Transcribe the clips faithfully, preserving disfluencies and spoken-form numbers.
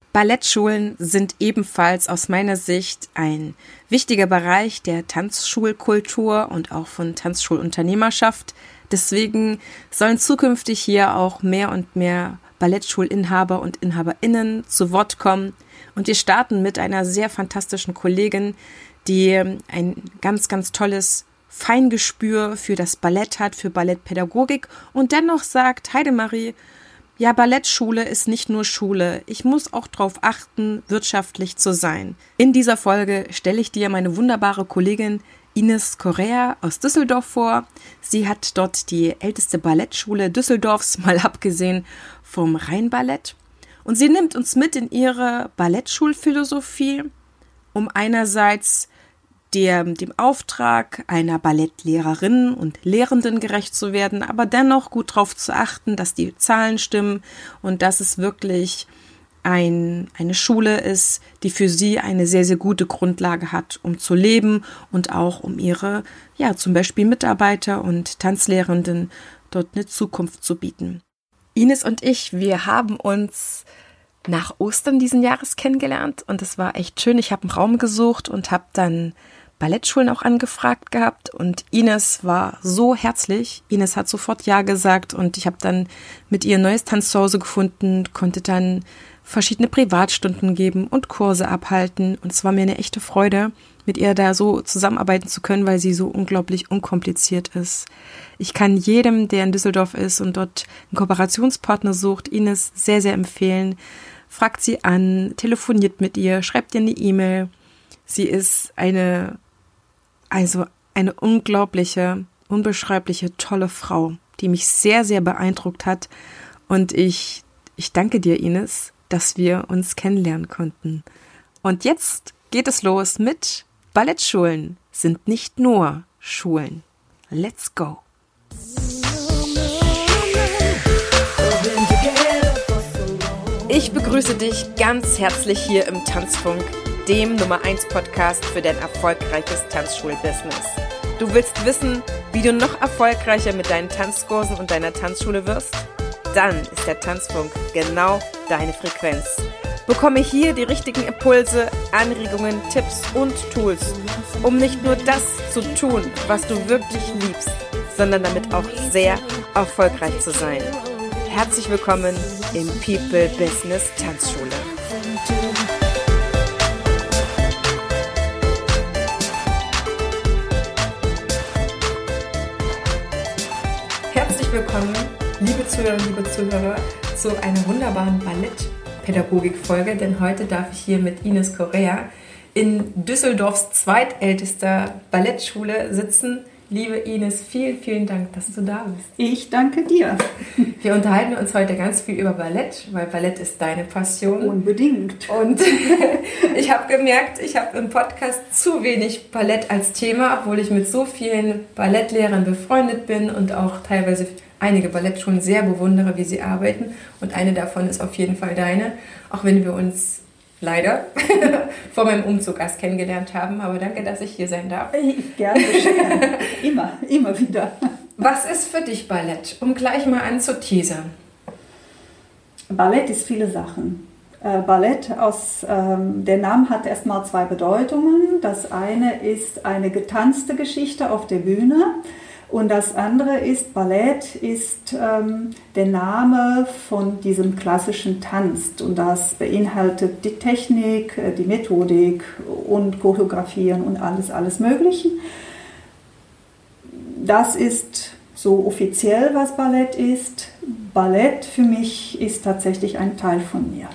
Ballettschulen sind ebenfalls aus meiner Sicht ein wichtiger Bereich der Tanzschulkultur und auch von Tanzschulunternehmerschaft. Deswegen sollen zukünftig hier auch mehr und mehr Ballettschulinhaber und InhaberInnen zu Wort kommen. Und wir starten mit einer sehr fantastischen Kollegin, die ein ganz, ganz tolles Feingespür für das Ballett hat, für Ballettpädagogik und dennoch sagt, Heidemarie, ja, Ballettschule ist nicht nur Schule. Ich muss auch darauf achten, wirtschaftlich zu sein. In dieser Folge stelle ich dir meine wunderbare Kollegin Ines Correa aus Düsseldorf vor. Sie hat dort die älteste Ballettschule Düsseldorfs, mal abgesehen vom Rheinballett. Und sie nimmt uns mit in ihre Ballettschulphilosophie, um einerseits Der, dem Auftrag einer Ballettlehrerin und Lehrenden gerecht zu werden, aber dennoch gut darauf zu achten, dass die Zahlen stimmen und dass es wirklich ein, eine Schule ist, die für sie eine sehr, sehr gute Grundlage hat, um zu leben und auch um ihre, ja, zum Beispiel Mitarbeiter und Tanzlehrenden dort eine Zukunft zu bieten. Ines und ich, wir haben uns nach Ostern diesen Jahres kennengelernt und es war echt schön. Ich habe einen Raum gesucht und habe dann Ballettschulen auch angefragt gehabt und Ines war so herzlich. Ines hat sofort Ja gesagt und ich habe dann mit ihr ein neues Tanzzuhause gefunden, konnte dann verschiedene Privatstunden geben und Kurse abhalten und es war mir eine echte Freude, mit ihr da so zusammenarbeiten zu können, weil sie so unglaublich unkompliziert ist. Ich kann jedem, der in Düsseldorf ist und dort einen Kooperationspartner sucht, Ines sehr, sehr empfehlen. Fragt sie an, telefoniert mit ihr, schreibt ihr eine E-Mail. Sie ist eine Also eine unglaubliche, unbeschreibliche, tolle Frau, die mich sehr, sehr beeindruckt hat. Und ich, ich danke dir, Ines, dass wir uns kennenlernen konnten. Und jetzt geht es los mit Ballettschulen sind nicht nur Schulen. Let's go! Ich begrüße dich ganz herzlich hier im Tanzfunk, dem Nummer eins Podcast für dein erfolgreiches Tanzschulbusiness. Du willst wissen, wie du noch erfolgreicher mit deinen Tanzkursen und deiner Tanzschule wirst? Dann ist der Tanzfunk genau deine Frequenz. Bekomme hier die richtigen Impulse, Anregungen, Tipps und Tools, um nicht nur das zu tun, was du wirklich liebst, sondern damit auch sehr erfolgreich zu sein. Herzlich willkommen im People Business Tanzschule. Herzlich willkommen, liebe Zuhörerinnen, liebe Zuhörer, zu einer wunderbaren Ballettpädagogik-Folge, denn heute darf ich hier mit Ines Correa in Düsseldorfs zweitältester Ballettschule sitzen. Liebe Ines, vielen, vielen Dank, dass du da bist. Ich danke dir. Wir unterhalten uns heute ganz viel über Ballett, weil Ballett ist deine Passion. Unbedingt. Und ich habe gemerkt, ich habe im Podcast zu wenig Ballett als Thema, obwohl ich mit so vielen Ballettlehrern befreundet bin und auch teilweise einige Ballettschulen sehr bewundere, wie sie arbeiten. Und eine davon ist auf jeden Fall deine, auch wenn wir uns leider vor meinem Umzug erst kennengelernt haben. Aber danke, dass ich hier sein darf. Ich gerne geschehen. Immer, immer wieder. Was ist für dich Ballett? Um gleich mal anzuteasern. Ballett ist viele Sachen. Äh, Ballett, aus, ähm, der Name hat erstmal zwei Bedeutungen. Das eine ist eine getanzte Geschichte auf der Bühne. Und das andere ist, Ballett ist ähm, der Name von diesem klassischen Tanz. Und das beinhaltet die Technik, die Methodik und Choreografieren und alles, alles Mögliche. Das ist so offiziell, was Ballett ist. Ballett für mich ist tatsächlich ein Teil von mir.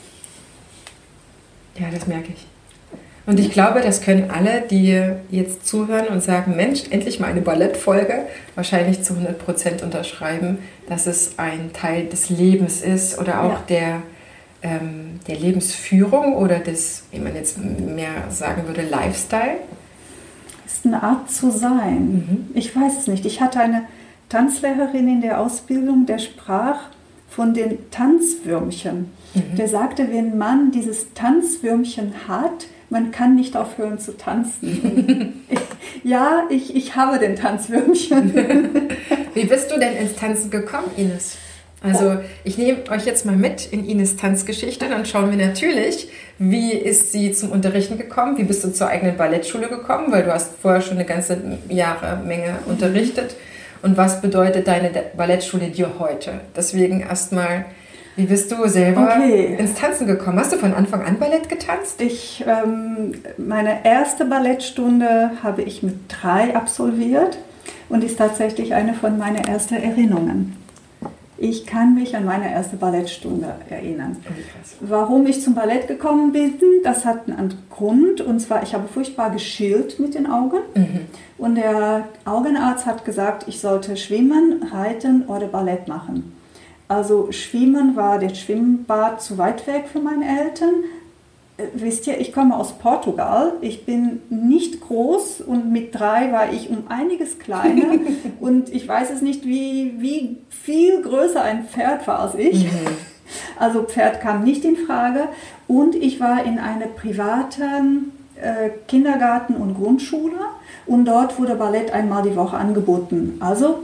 Ja, das merke ich. Und ich glaube, das können alle, die jetzt zuhören und sagen, Mensch, endlich mal eine Ballettfolge, wahrscheinlich zu hundert Prozent unterschreiben, dass es ein Teil des Lebens ist oder auch ja. der, ähm, der Lebensführung oder des, wie man jetzt mehr sagen würde, Lifestyle. Das ist eine Art zu sein. Mhm. Ich weiß es nicht. Ich hatte eine Tanzlehrerin in der Ausbildung, der sprach von den Tanzwürmchen. Mhm. Der sagte, wenn man dieses Tanzwürmchen hat, man kann nicht aufhören zu tanzen. ich, ja, ich, ich habe den Tanzwürmchen. Wie bist du denn ins Tanzen gekommen, Ines? Also ich nehme euch jetzt mal mit in Ines Tanzgeschichte, dann schauen wir natürlich, wie ist sie zum Unterrichten gekommen, wie bist du zur eigenen Ballettschule gekommen, weil du hast vorher schon eine ganze Jahre Menge unterrichtet und was bedeutet deine Ballettschule dir heute? Deswegen erstmal, wie bist du selber okay. ins Tanzen gekommen? Hast du von Anfang an Ballett getanzt? Ich, ähm, meine erste Ballettstunde habe ich mit drei absolviert und ist tatsächlich eine von meinen ersten Erinnerungen. Ich kann mich an meine erste Ballettstunde erinnern. Warum ich zum Ballett gekommen bin, das hat einen Grund. Und zwar, ich habe furchtbar geschielt mit den Augen. Mhm. Und der Augenarzt hat gesagt, ich sollte schwimmen, reiten oder Ballett machen. Also schwimmen war der Schwimmbad zu weit weg für meine Eltern. Wisst ihr, ich komme aus Portugal, ich bin nicht groß und mit drei war ich um einiges kleiner und ich weiß es nicht, wie, wie viel größer ein Pferd war als ich. Mhm. Also Pferd kam nicht in Frage und ich war in einer privaten äh, Kindergarten- und Grundschule und dort wurde Ballett einmal die Woche angeboten. Also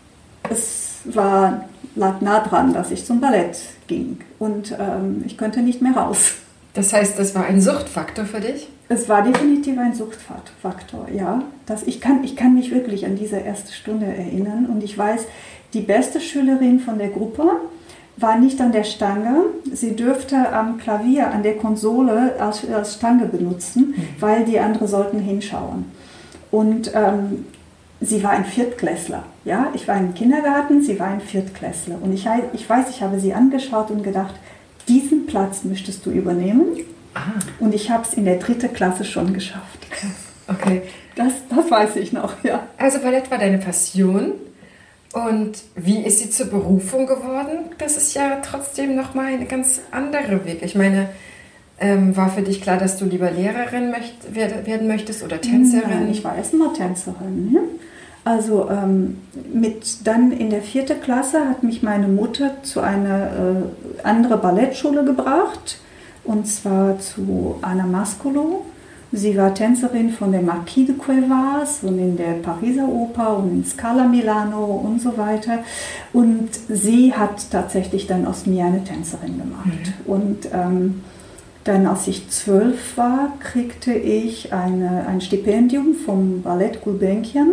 es war, lag nah dran, dass ich zum Ballett ging und ähm, ich konnte nicht mehr raus. Das heißt, das war ein Suchtfaktor für dich? Es war definitiv ein Suchtfaktor, ja. Das, ich, kann, ich kann mich wirklich an diese erste Stunde erinnern und ich weiß, die beste Schülerin von der Gruppe war nicht an der Stange. Sie dürfte am Klavier, an der Konsole als, als Stange benutzen, mhm. weil die anderen sollten hinschauen. Und ähm, sie war ein Viertklässler. Ja? Ich war im Kindergarten, sie war ein Viertklässler. Und ich, ich weiß, ich habe sie angeschaut und gedacht, diesen Platz möchtest du übernehmen. Ah. Und ich habe es in der dritten Klasse schon geschafft. Okay. Das, das weiß ich noch, ja. Also Ballett war deine Passion. Und wie ist sie zur Berufung geworden? Das ist ja trotzdem nochmal ein ganz anderer Weg. Ich meine, ähm, war für dich klar, dass du lieber Lehrerin möcht, werden möchtest oder Tänzerin? Nein, ich war erst mal Tänzerin. Ne? Also ähm, mit dann in der vierten Klasse hat mich meine Mutter zu einer äh, anderen Ballettschule gebracht, und zwar zu Anna Mascolo. Sie war Tänzerin von der Marquis de Cuevas und in der Pariser Oper und in Scala Milano und so weiter. Und sie hat tatsächlich dann aus mir eine Tänzerin gemacht. Mhm. Und ähm, dann, als ich zwölf war, kriegte ich eine, ein Stipendium vom Ballett Gulbenkian,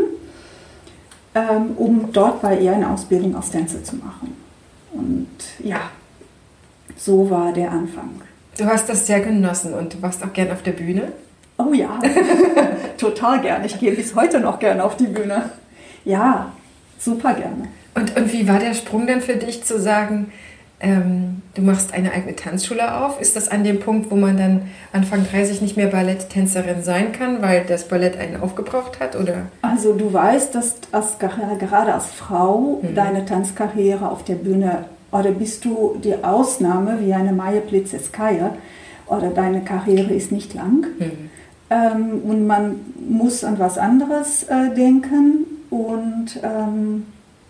ähm, um dort bei ihr eine Ausbildung als Tänzer zu machen. Und ja, so war der Anfang. Du hast das sehr genossen und du warst auch gern auf der Bühne? Oh ja, total gerne. Ich gehe bis heute noch gerne auf die Bühne. Ja, super gerne. Und, und wie war der Sprung dann für dich zu sagen, ähm, du machst eine eigene Tanzschule auf? Ist das an dem Punkt, wo man dann Anfang dreißig nicht mehr Balletttänzerin sein kann, weil das Ballett einen aufgebraucht hat? Oder? Also du weißt, dass als, gerade als Frau mhm. deine Tanzkarriere auf der Bühne, oder bist du die Ausnahme wie eine Maja Plisetskaya, oder deine Karriere ist nicht lang. Mhm. Ähm, und man muss an was anderes äh, denken. Und ähm,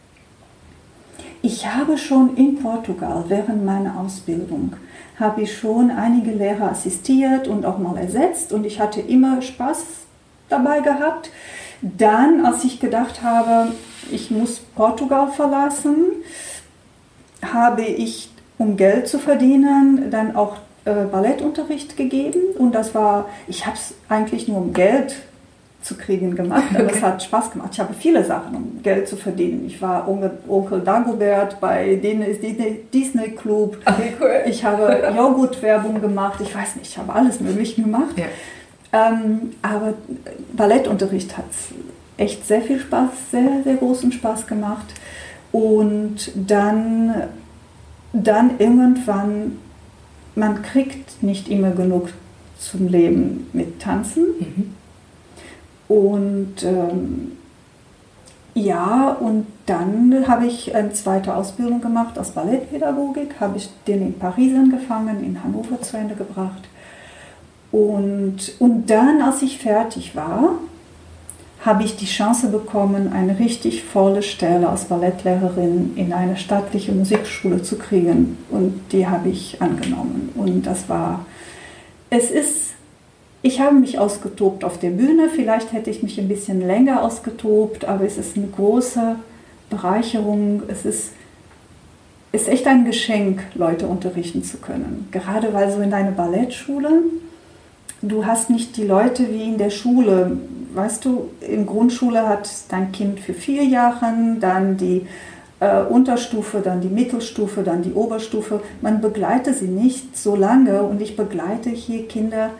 ich habe schon in Portugal während meiner Ausbildung habe ich schon einige Lehrer assistiert und auch mal ersetzt. Und ich hatte immer Spaß dabei gehabt. Dann, als ich gedacht habe, ich muss Portugal verlassen, habe ich, um Geld zu verdienen, dann auch Ballettunterricht gegeben, und das war, ich habe es eigentlich nur um Geld zu kriegen gemacht, aber okay. Es hat Spaß gemacht. Ich habe viele Sachen, um Geld zu verdienen. Ich war Onkel Dagobert bei Disney, Disney Club. Okay, cool. Ich habe Joghurtwerbung gemacht. Ich weiß nicht, ich habe alles Mögliche gemacht. Ja. Ähm, aber Ballettunterricht hat echt sehr viel Spaß, sehr, sehr großen Spaß gemacht. Und dann, dann irgendwann, man kriegt nicht immer genug zum Leben mit Tanzen. Mhm. Und ähm, ja, und dann habe ich eine zweite Ausbildung gemacht als Ballettpädagogik, habe ich den in Paris angefangen, in Hannover zu Ende gebracht. Und, und dann, als ich fertig war, habe ich die Chance bekommen, eine richtig volle Stelle als Ballettlehrerin in eine staatliche Musikschule zu kriegen. Und die habe ich angenommen. Und das war, es ist, ich habe mich ausgetobt auf der Bühne. Vielleicht hätte ich mich ein bisschen länger ausgetobt, aber es ist eine große Bereicherung. Es ist, ist echt ein Geschenk, Leute unterrichten zu können. Gerade weil so in deiner Ballettschule, du hast nicht die Leute wie in der Schule. Weißt du, in Grundschule hat dein Kind für vier Jahre, dann die äh, Unterstufe, dann die Mittelstufe, dann die Oberstufe. Man begleitet sie nicht so lange und ich begleite hier Kinder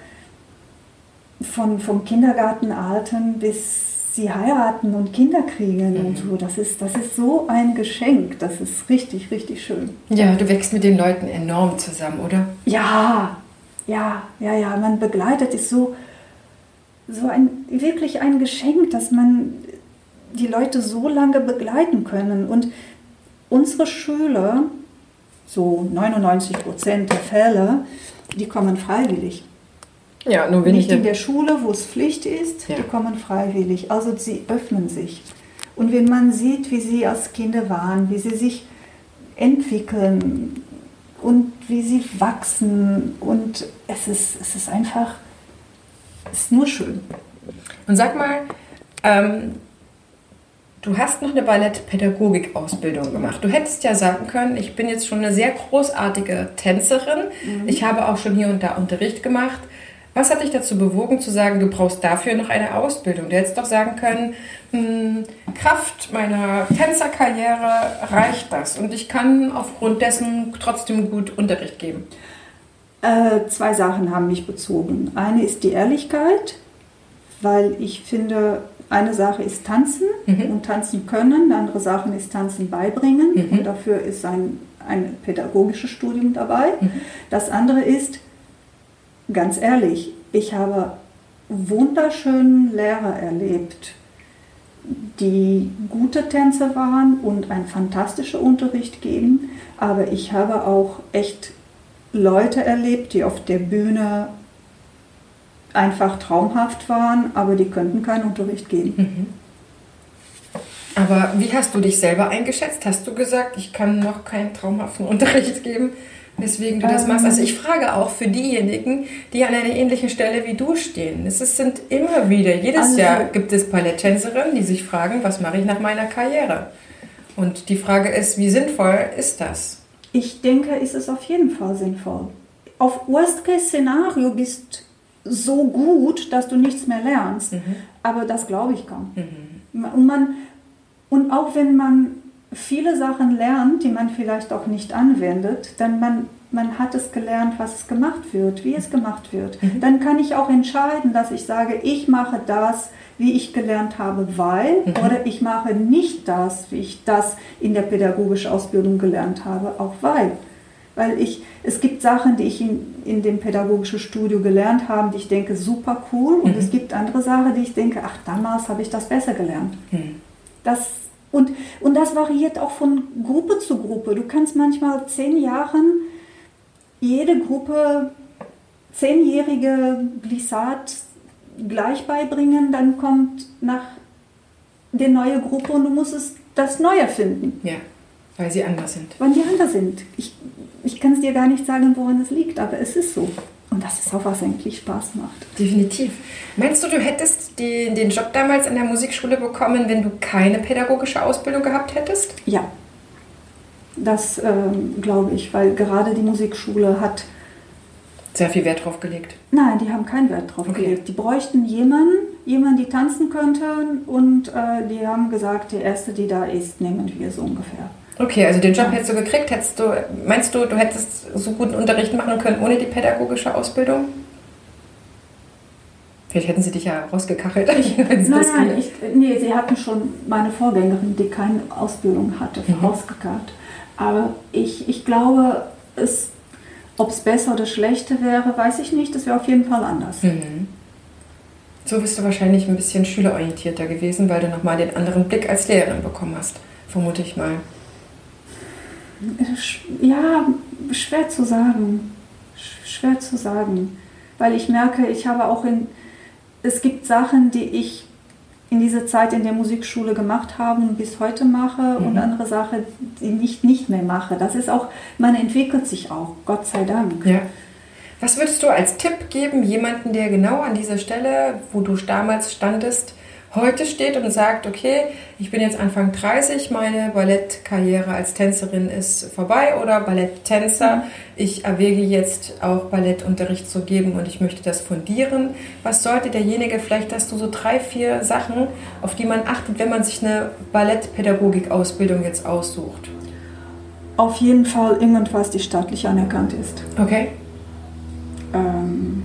von, vom Kindergartenalter bis sie heiraten und Kinder kriegen mhm. und so. Das ist, das ist so ein Geschenk. Das ist richtig, richtig schön. Ja, du wächst mit den Leuten enorm zusammen, oder? Ja, ja, ja, ja. Man begleitet, ist so, so ein, wirklich ein Geschenk, dass man die Leute so lange begleiten können. Und unsere Schüler, so neunundneunzig Prozent der Fälle, die kommen freiwillig. Ja, nur nicht in der Schule, wo es Pflicht ist, ja. die kommen freiwillig. Also sie öffnen sich. Und wenn man sieht, wie sie als Kinder waren, wie sie sich entwickeln und wie sie wachsen, und es ist, es ist einfach, es ist nur schön. Und sag mal, ähm, du hast noch eine Ballettpädagogik-Ausbildung gemacht. Du hättest ja sagen können, ich bin jetzt schon eine sehr großartige Tänzerin. Mhm. Ich habe auch schon hier und da Unterricht gemacht. Was hat dich dazu bewogen zu sagen, du brauchst dafür noch eine Ausbildung? Du hättest doch sagen können, mh, Kraft meiner Tänzerkarriere reicht das und ich kann aufgrund dessen trotzdem gut Unterricht geben. Äh, zwei Sachen haben mich bezogen. Eine ist die Ehrlichkeit, weil ich finde, eine Sache ist Tanzen mhm. und tanzen können, die andere Sache ist Tanzen beibringen mhm. und dafür ist ein, ein pädagogisches Studium dabei. Mhm. Das andere ist, ganz ehrlich, ich habe wunderschöne Lehrer erlebt, die gute Tänzer waren und einen fantastischen Unterricht geben. Aber ich habe auch echt Leute erlebt, die auf der Bühne einfach traumhaft waren, aber die könnten keinen Unterricht geben. Mhm. Aber wie hast du dich selber eingeschätzt? Hast du gesagt, ich kann noch keinen traumhaften Unterricht geben? Weswegen du das machst. Also ich frage auch für diejenigen, die an einer ähnlichen Stelle wie du stehen. Es sind immer wieder, jedes also, Jahr gibt es Balletttänzerinnen, die sich fragen, was mache ich nach meiner Karriere? Und die Frage ist, wie sinnvoll ist das? Ich denke, ist es auf jeden Fall sinnvoll. Auf Worst-Case-Szenario bist so gut, dass du nichts mehr lernst. Mhm. Aber das glaube ich kaum. Mhm. Und, man, und auch wenn man viele Sachen lernt, die man vielleicht auch nicht anwendet, dann man, man hat es gelernt, was es gemacht wird, wie es gemacht wird. Mhm. Dann kann ich auch entscheiden, dass ich sage, ich mache das, wie ich gelernt habe, weil, mhm. oder ich mache nicht das, wie ich das in der pädagogischen Ausbildung gelernt habe, auch weil. Weil ich, es gibt Sachen, die ich in, in dem pädagogischen Studio gelernt habe, die ich denke, super cool. Und mhm. es gibt andere Sachen, die ich denke, ach, damals habe ich das besser gelernt. Mhm. Das Und, und das variiert auch von Gruppe zu Gruppe. Du kannst manchmal zehn Jahren jede Gruppe zehnjährige Glissade gleich beibringen, dann kommt nach der neue Gruppe und du musst es, das Neue finden. Ja, weil sie anders sind. Weil die anders sind. Ich, ich kann es dir gar nicht sagen, woran es liegt, aber es ist so. Und das ist auch, was eigentlich Spaß macht. Definitiv. Meinst du, du hättest die, den Job damals an der Musikschule bekommen, wenn du keine pädagogische Ausbildung gehabt hättest? Ja, das ähm, glaube ich, weil gerade die Musikschule hat sehr viel Wert drauf gelegt. Nein, die haben keinen Wert drauf okay. gelegt. Die bräuchten jemanden, jemanden, die tanzen könnte, und äh, die haben gesagt, die erste, die da ist, nehmen wir so ungefähr. Okay, also den Job ja. hättest du gekriegt. Hättest du, meinst du, du hättest so guten Unterricht machen können ohne die pädagogische Ausbildung? Vielleicht hätten sie dich ja rausgekachelt. Nein, nein, ich, nee, sie hatten schon meine Vorgängerin, die keine Ausbildung hatte, mhm. rausgekarrt. Aber ich, ich glaube, es, ob es besser oder schlechter wäre, weiß ich nicht. Das wäre auf jeden Fall anders. Mhm. So bist du wahrscheinlich ein bisschen schülerorientierter gewesen, weil du nochmal den anderen Blick als Lehrerin bekommen hast, vermute ich mal. Ja, schwer zu sagen. Schwer zu sagen. Weil ich merke, ich habe auch in... Es gibt Sachen, die ich in dieser Zeit in der Musikschule gemacht habe und bis heute mache, mhm. und andere Sachen, die ich nicht mehr mache. Das ist auch... Man entwickelt sich auch, Gott sei Dank. Ja. Was würdest du als Tipp geben, jemanden, der genau an dieser Stelle, wo du damals standest, heute steht und sagt, okay, ich bin jetzt Anfang dreißig, meine Ballettkarriere als Tänzerin ist vorbei oder Balletttänzer, mhm. ich erwäge jetzt auch Ballettunterricht zu geben und ich möchte das fundieren. Was sollte derjenige, vielleicht hast du so drei, vier Sachen, auf die man achtet, wenn man sich eine Ballettpädagogik-Ausbildung jetzt aussucht? Auf jeden Fall irgendwas, die staatlich anerkannt ist. Okay. Ähm,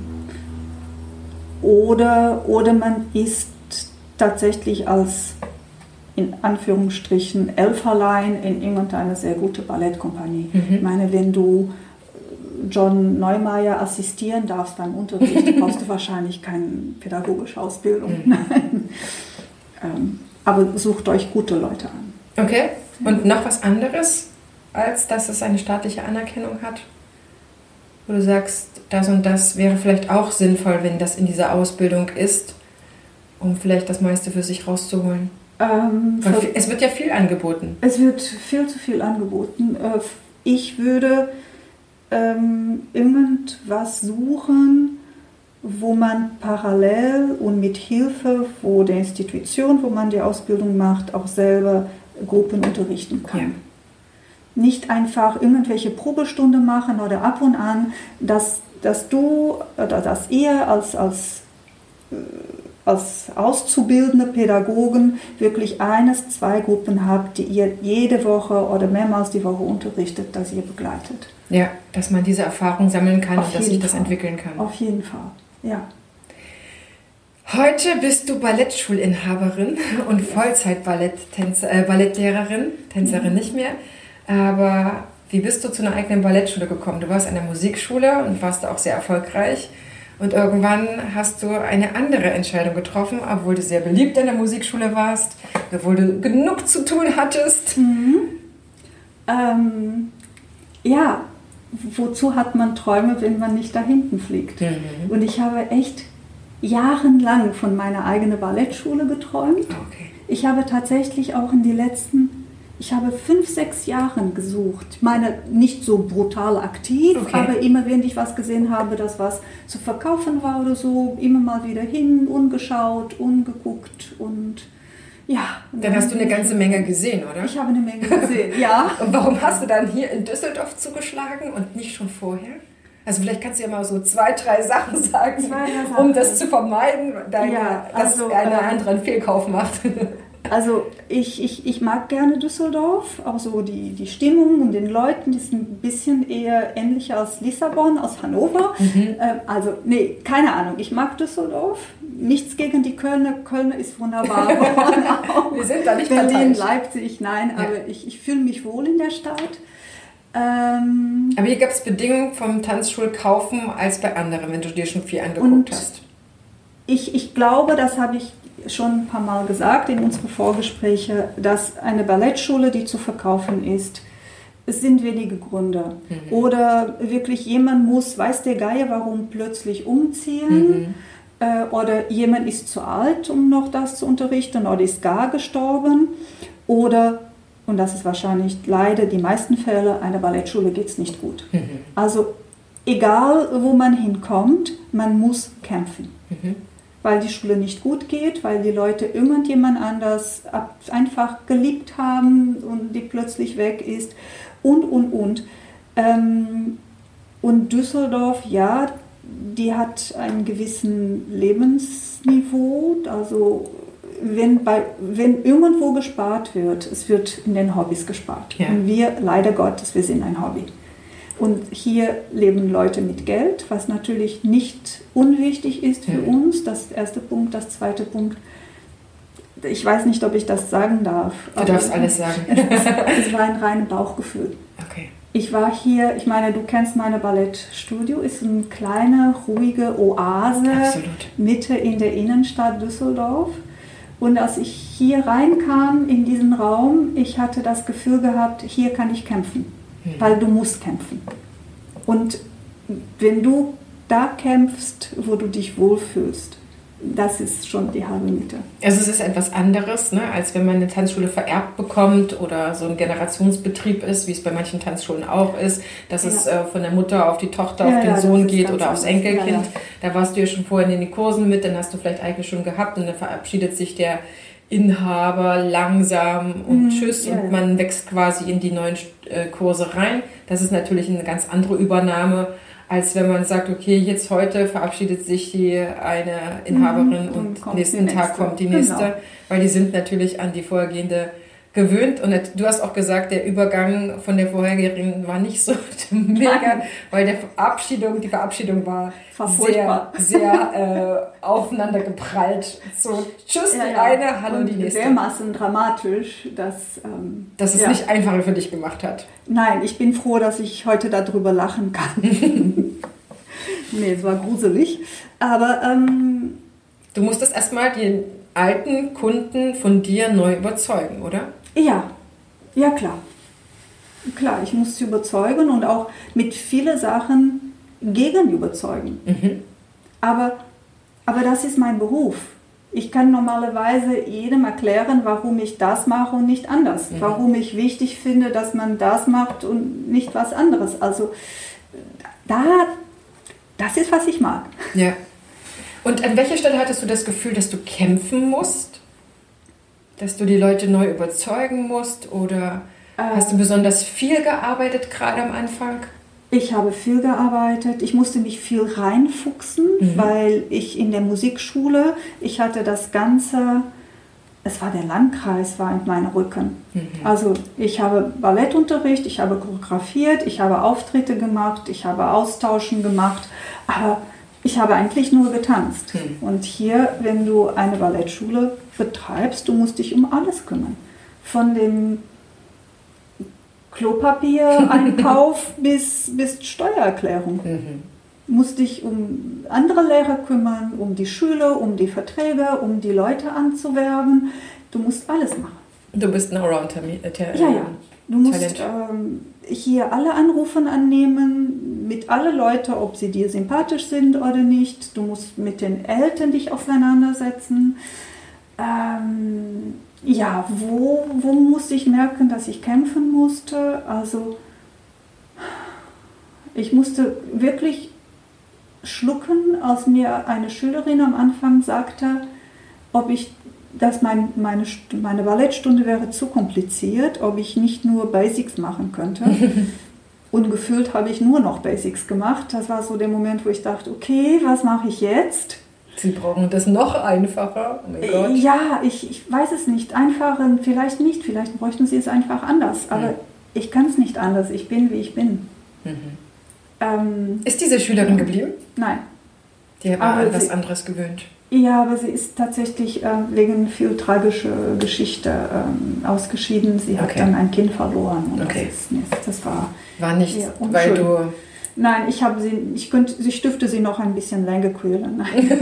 oder, oder man ist tatsächlich als, in Anführungsstrichen, Elferlein in irgendeiner sehr gute Ballettkompanie. Mhm. Ich meine, wenn du John Neumeier assistieren darfst beim Unterricht, brauchst du wahrscheinlich keine pädagogische Ausbildung. Mhm. Nein. Ähm, aber sucht euch gute Leute an. Okay. Und noch was anderes, als dass es eine staatliche Anerkennung hat? Wo du sagst, das und das wäre vielleicht auch sinnvoll, wenn das in dieser Ausbildung ist, um vielleicht das meiste für sich rauszuholen? Ähm, Weil es wird ja viel angeboten. Es wird viel zu viel angeboten. Ich würde ähm, irgendwas suchen, wo man parallel und mit Hilfe wo der Institution, wo man die Ausbildung macht, auch selber Gruppen unterrichten kann. Ja. Nicht einfach irgendwelche Probestunden machen oder ab und an, dass, dass du oder dass ihr als, als, als auszubildende Pädagogen wirklich eines, zwei Gruppen habt, die ihr jede Woche oder mehrmals die Woche unterrichtet, dass ihr begleitet. Ja, dass man diese Erfahrung sammeln kann und dass sich das entwickeln kann. Auf jeden Fall, ja. Heute bist du Ballettschulinhaberin und Vollzeit-Balletttänzer, äh, Ballettlehrerin, Tänzerin mhm. nicht mehr. Aber wie bist du zu einer eigenen Ballettschule gekommen? Du warst an der Musikschule und warst da auch sehr erfolgreich. Und irgendwann hast du eine andere Entscheidung getroffen, obwohl du sehr beliebt an der Musikschule warst, obwohl du genug zu tun hattest. Mhm. Ähm, ja, wozu hat man Träume, wenn man nicht da hinten fliegt? Mhm. Und ich habe echt jahrelang von meiner eigenen Ballettschule geträumt. Okay. Ich habe tatsächlich auch in die letzten... Ich habe fünf, sechs Jahre gesucht. Ich meine, nicht so brutal aktiv, okay. aber immer, wenn ich was gesehen habe, das was zu verkaufen war oder so, immer mal wieder hin, ungeschaut, ungeguckt und ja. Dann, dann hast du eine ganze Menge gesehen, oder? Ich habe eine Menge gesehen, ja. Und warum hast du dann hier in Düsseldorf zugeschlagen und nicht schon vorher? Also vielleicht kannst du ja mal so zwei, drei Sachen sagen, zwei, drei Sachen. um das zu vermeiden, deine, ja, also, dass einer äh, anderen Fehlkauf macht. Also ich, ich, ich mag gerne Düsseldorf, auch so die, die Stimmung und den Leuten, die sind ein bisschen eher ähnlicher als Lissabon, als Hannover. Mhm. Ähm, also nee, keine Ahnung, ich mag Düsseldorf. Nichts gegen die Kölner, Kölner ist wunderbar. Wir sind da nicht Berlin, parteiisch. Leipzig, nein, ja. aber ich, ich fühle mich wohl in der Stadt. Ähm, aber hier gab es Bedingungen vom Tanzschulkaufen als bei anderen, wenn du dir schon viel angeguckt hast. Ich, ich glaube, das habe ich schon ein paar Mal gesagt in unseren Vorgesprächen, dass eine Ballettschule, die zu verkaufen ist, es sind wenige Gründe. Mhm. Oder wirklich jemand muss, weiß der Geier, warum plötzlich umziehen. Mhm. Äh, oder jemand ist zu alt, um noch das zu unterrichten oder ist gar gestorben. Oder, und das ist wahrscheinlich leider die meisten Fälle, einer Ballettschule geht es nicht gut. Mhm. Also egal, wo man hinkommt, man muss kämpfen. Mhm. Weil die Schule nicht gut geht, weil die Leute irgendjemand anders einfach geliebt haben und die plötzlich weg ist und, und, und. Und Düsseldorf, ja, die hat einen gewissen Lebensniveau, also wenn, bei, wenn irgendwo gespart wird, es wird in den Hobbys gespart. Ja. Und wir, leider Gottes, wir sind ein Hobby. Und hier leben Leute mit Geld, was natürlich nicht unwichtig ist für mhm. uns. Das erste Punkt. Das zweite Punkt, ich weiß nicht, ob ich das sagen darf. Du darfst alles sagen. Es, es war ein reines Bauchgefühl. Okay. Ich war hier, ich meine, du kennst meine Ballettstudio, ist eine kleine, ruhige Oase, Absolut. Mitte in der Innenstadt Düsseldorf. Und als ich hier reinkam in diesen Raum, ich hatte das Gefühl gehabt, hier kann ich kämpfen. Weil du musst kämpfen. Und wenn du da kämpfst, wo du dich wohlfühlst, das ist schon die halbe Miete. Also es ist etwas anderes, ne, als wenn man eine Tanzschule vererbt bekommt oder so ein Generationsbetrieb ist, wie es bei manchen Tanzschulen auch ist, dass ja. es äh, von der Mutter auf die Tochter, ja, auf den ja, Sohn geht oder aufs Enkelkind. Ja, ja. Da warst du ja schon vorhin in den Kursen mit, dann hast du vielleicht eigentlich schon gehabt und dann verabschiedet sich der Inhaber langsam und mhm, tschüss ja, und man wächst quasi in die neuen äh, Kurse rein. Das ist natürlich eine ganz andere Übernahme, als wenn man sagt, okay, jetzt heute verabschiedet sich die eine Inhaberin mhm, und, und nächsten Tag kommt die nächste, genau. Weil die sind natürlich an die vorhergehende gewöhnt. Und du hast auch gesagt, der Übergang von der vorherigen war nicht so mega, weil der Verabschiedung, die Verabschiedung war sehr, sehr äh, aufeinander geprallt. So, tschüss, ja, die ja. eine, hallo, und die nächste. Dermaßen dramatisch, dass... Ähm, dass es ja. nicht einfacher für dich gemacht hat. Nein, ich bin froh, dass ich heute darüber lachen kann. Nee, es war gruselig. Aber... Ähm, du musstest erstmal die alten Kunden von dir neu überzeugen, oder? Ja, ja klar. Klar, ich muss sie überzeugen und auch mit vielen Sachen gegen überzeugen. Mhm. Aber, aber das ist mein Beruf. Ich kann normalerweise jedem erklären, warum ich das mache und nicht anders. Mhm. Warum ich wichtig finde, dass man das macht und nicht was anderes. Also da, das ist, was ich mag. Ja. Und an welcher Stelle hattest du das Gefühl, dass du kämpfen musst? Dass du die Leute neu überzeugen musst? Oder äh, hast du besonders viel gearbeitet, gerade am Anfang? Ich habe viel gearbeitet. Ich musste mich viel reinfuchsen, mhm. weil ich in der Musikschule, ich hatte das Ganze, es war der Landkreis, war in meinem Rücken. Mhm. Also ich habe Ballettunterricht, ich habe choreografiert, ich habe Auftritte gemacht, ich habe Austauschen gemacht, aber ich habe eigentlich nur getanzt. Hm. Und hier, wenn du eine Ballettschule betreibst, du musst dich um alles kümmern. Von dem Klopapier-Einkauf bis, bis Steuererklärung. Mhm. Du musst dich um andere Lehrer kümmern, um die Schüler, um die Verträge, um die Leute anzuwerben. Du musst alles machen. Du bist ein Allround-Termin. Ja, ja. Du musst ähm, hier alle Anrufe annehmen, mit allen Leuten, ob sie dir sympathisch sind oder nicht. Du musst mit den Eltern dich auseinandersetzen. Ähm, ja, wo, wo musste ich merken, dass ich kämpfen musste? Also ich musste wirklich schlucken, als mir eine Schülerin am Anfang sagte, ob ich dass mein, meine, meine Ballettstunde wäre zu kompliziert, ob ich nicht nur Basics machen könnte. Und gefühlt habe ich nur noch Basics gemacht. Das war so der Moment, wo ich dachte, okay, was mache ich jetzt? Sie brauchen das noch einfacher. Oh mein Gott. Ja, ich, ich weiß es nicht. Einfacher, vielleicht nicht. Vielleicht bräuchten sie es einfach anders. Aber mhm. ich kann es nicht anders. Ich bin, wie ich bin. Mhm. Ähm, Ist diese Schülerin geblieben? Nein. Die war an etwas anderes gewöhnt. Ja, aber sie ist tatsächlich äh, wegen viel tragischer Geschichte ähm, ausgeschieden. Sie hat okay. dann ein Kind verloren. Und okay. das, ist, das war, war nicht, weil du... Nein, ich habe sie, ich könnte, ich dürfte sie noch ein bisschen länger quälen.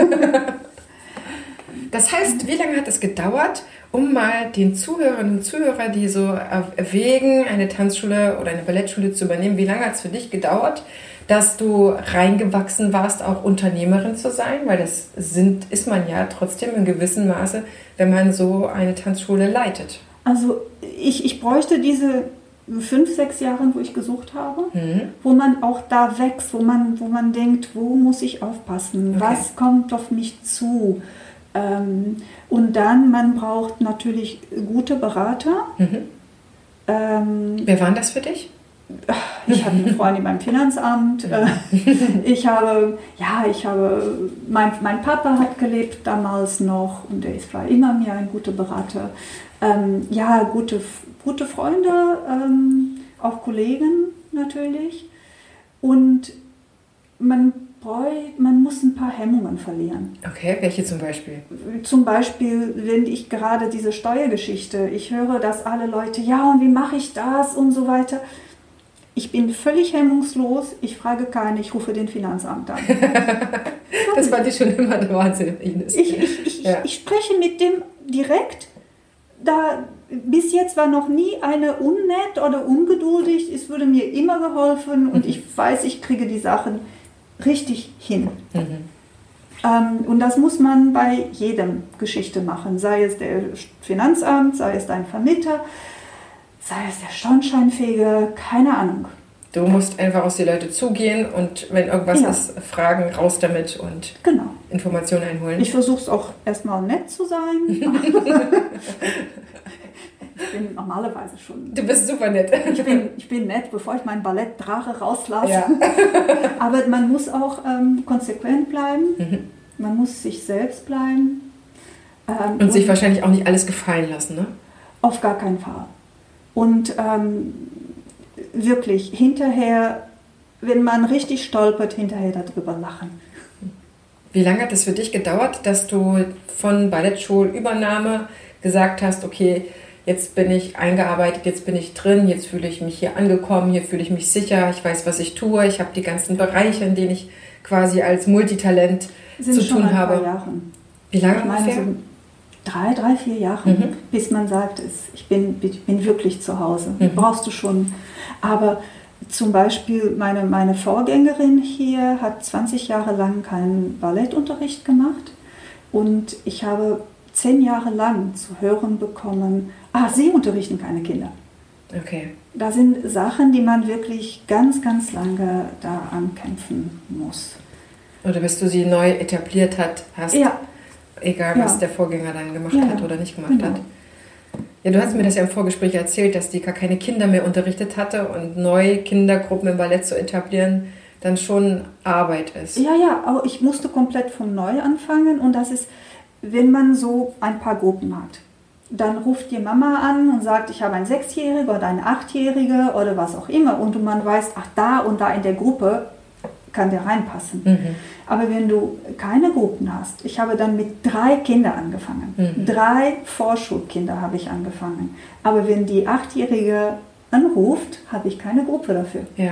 Das heißt, wie lange hat es gedauert, um mal den Zuhörerinnen und Zuhörern, die so erwägen, eine Tanzschule oder eine Ballettschule zu übernehmen, wie lange hat es für dich gedauert, dass du reingewachsen warst, auch Unternehmerin zu sein? Weil das sind, ist man ja trotzdem in gewissem Maße, wenn man so eine Tanzschule leitet. Also ich, ich bräuchte diese fünf, sechs Jahre, wo ich gesucht habe, mhm. wo man auch da wächst, wo man, wo man denkt, wo muss ich aufpassen, okay. was kommt auf mich zu. Ähm, und dann, man braucht natürlich gute Berater. Mhm. Ähm, Wer waren das für dich? Ich habe eine Freundin beim Finanzamt. Ich habe, ja, ich habe, mein, mein Papa hat gelebt damals noch und der war immer mir ein guter Berater. Ähm, ja, gute, gute Freunde, ähm, auch Kollegen natürlich. Und man, bräu, man muss ein paar Hemmungen verlieren. Okay, welche zum Beispiel? Zum Beispiel, wenn ich gerade diese Steuergeschichte, ich höre, dass alle Leute, ja, und wie mache ich das und so weiter. Ich bin völlig hemmungslos, ich frage keinen, ich rufe den Finanzamt an. Das fand ich schon immer der Wahnsinn, Ines. Ich, ich, ich, ja. ich spreche mit dem direkt. Da, bis jetzt war noch nie eine unnett oder ungeduldig. Es wurde mir immer geholfen und mhm. ich weiß, ich kriege die Sachen richtig hin. Mhm. Ähm, und das muss man bei jedem Geschichte machen, sei es der Finanzamt, sei es dein Vermieter, sei es der Schornsteinfeger, keine Ahnung. Du musst einfach auf die Leute zugehen und wenn irgendwas ja. ist, fragen, raus damit und genau. Informationen einholen. Ich versuche es auch erstmal nett zu sein. Ich bin normalerweise schon... Du bist super nett. Ich bin, ich bin nett, bevor ich meinen Ballett-Drache rauslasse. Ja. Aber man muss auch ähm, konsequent bleiben. Mhm. Man muss sich selbst bleiben. Ähm, und, und sich wahrscheinlich auch nicht alles gefallen lassen, ne? Auf gar keinen Fall. Und ähm, wirklich, hinterher, wenn man richtig stolpert, hinterher darüber lachen. Wie lange hat es für dich gedauert, dass du von Ballettschulübernahme gesagt hast, okay, jetzt bin ich eingearbeitet, jetzt bin ich drin, jetzt fühle ich mich hier angekommen, hier fühle ich mich sicher, ich weiß, was ich tue, ich habe die ganzen Bereiche, in denen ich quasi als Multitalent Sind zu schon tun ein habe. Paar Jahren. Wie lange ich meine, ungefähr? So drei, drei, vier Jahre, mhm. bis man sagt, ich bin, ich bin wirklich zu Hause. Mhm. Brauchst du schon. Aber zum Beispiel meine, meine Vorgängerin hier hat zwanzig Jahre lang keinen Ballettunterricht gemacht und ich habe zehn Jahre lang zu hören bekommen, ah, Sie unterrichten keine Kinder. Okay. Da sind Sachen, die man wirklich ganz, ganz lange da ankämpfen muss. Oder bis du sie neu etabliert hat, hast, ja. egal was ja. der Vorgänger dann gemacht ja. hat oder nicht gemacht genau. hat. Ja, du hast mir das ja im Vorgespräch erzählt, dass die gar keine Kinder mehr unterrichtet hatte und neu Kindergruppen im Ballett zu etablieren dann schon Arbeit ist. Ja, ja, aber ich musste komplett von neu anfangen und das ist, wenn man so ein paar Gruppen hat. Dann ruft die Mama an und sagt, ich habe einen Sechsjährigen oder einen Achtjährigen oder was auch immer und man weiß, ach, da und da in der Gruppe kann der reinpassen. Mhm. Aber wenn du keine Gruppen hast, ich habe dann mit drei Kindern angefangen. Mhm. Drei Vorschulkinder habe ich angefangen. Aber wenn die Achtjährige anruft, habe ich keine Gruppe dafür. Ja.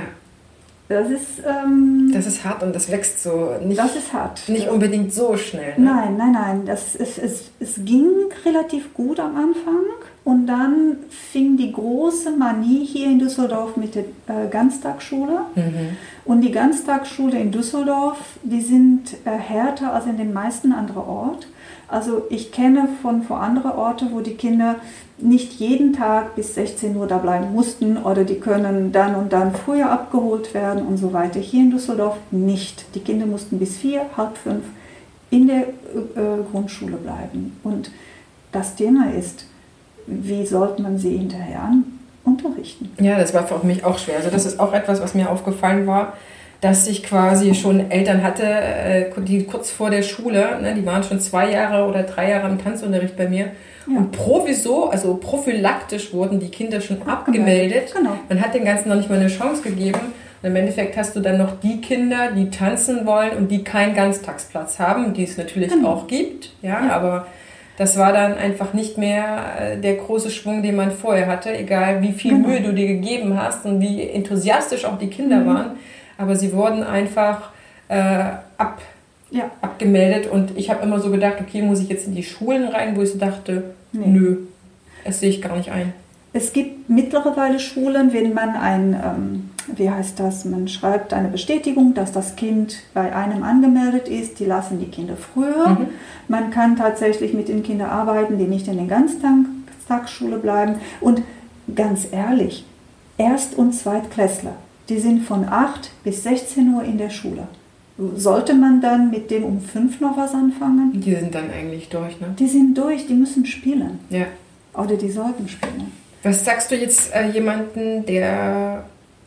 Das ist, ähm, das ist hart und das wächst so nicht, das ist hart. Nicht unbedingt so schnell. Ne? Nein, nein, nein. Das ist, es, es ging relativ gut am Anfang und dann fing die große Manie hier in Düsseldorf mit der äh, Ganztagsschule. Mhm. Und die Ganztagsschule in Düsseldorf, die sind äh, härter als in den meisten anderen Orten. Also ich kenne von, von anderen Orten, wo die Kinder nicht jeden Tag bis sechzehn Uhr da bleiben mussten oder die können dann und dann früher abgeholt werden und so weiter. Hier in Düsseldorf nicht. Die Kinder mussten bis vier, halb fünf in der äh, Grundschule bleiben. Und das Thema ist, wie sollte man sie hinterher unterrichten? Ja, das war für mich auch schwer. Also das ist auch etwas, was mir aufgefallen war, dass ich quasi schon Eltern hatte, die kurz vor der Schule, ne, die waren schon zwei Jahre oder drei Jahre im Tanzunterricht bei mir. Ja. Und provisor, also prophylaktisch wurden die Kinder schon abgemeldet. Genau. Man hat den Ganzen noch nicht mal eine Chance gegeben. Und im Endeffekt hast du dann noch die Kinder, die tanzen wollen und die keinen Ganztagsplatz haben, die es natürlich genau. auch gibt. Ja, ja, aber das war dann einfach nicht mehr der große Schwung, den man vorher hatte. Egal wie viel genau. Mühe du dir gegeben hast und wie enthusiastisch auch die Kinder mhm. waren. Aber sie wurden einfach äh, ab, ja. abgemeldet und ich habe immer so gedacht, okay, muss ich jetzt in die Schulen rein, wo ich so dachte, nee. nö, das sehe ich gar nicht ein. Es gibt mittlerweile Schulen, wenn man ein, ähm, wie heißt das, man schreibt eine Bestätigung, dass das Kind bei einem angemeldet ist, die lassen die Kinder früher. Mhm. Man kann tatsächlich mit den Kindern arbeiten, die nicht in der Ganztagsschule bleiben. Und ganz ehrlich, Erst- und Zweitklässler, die sind von acht bis sechzehn Uhr in der Schule. Sollte man dann mit dem um fünf noch was anfangen? Die sind dann eigentlich durch, ne? Die sind durch, die müssen spielen. Ja. Oder die sollten spielen. Was sagst du jetzt äh, jemanden, der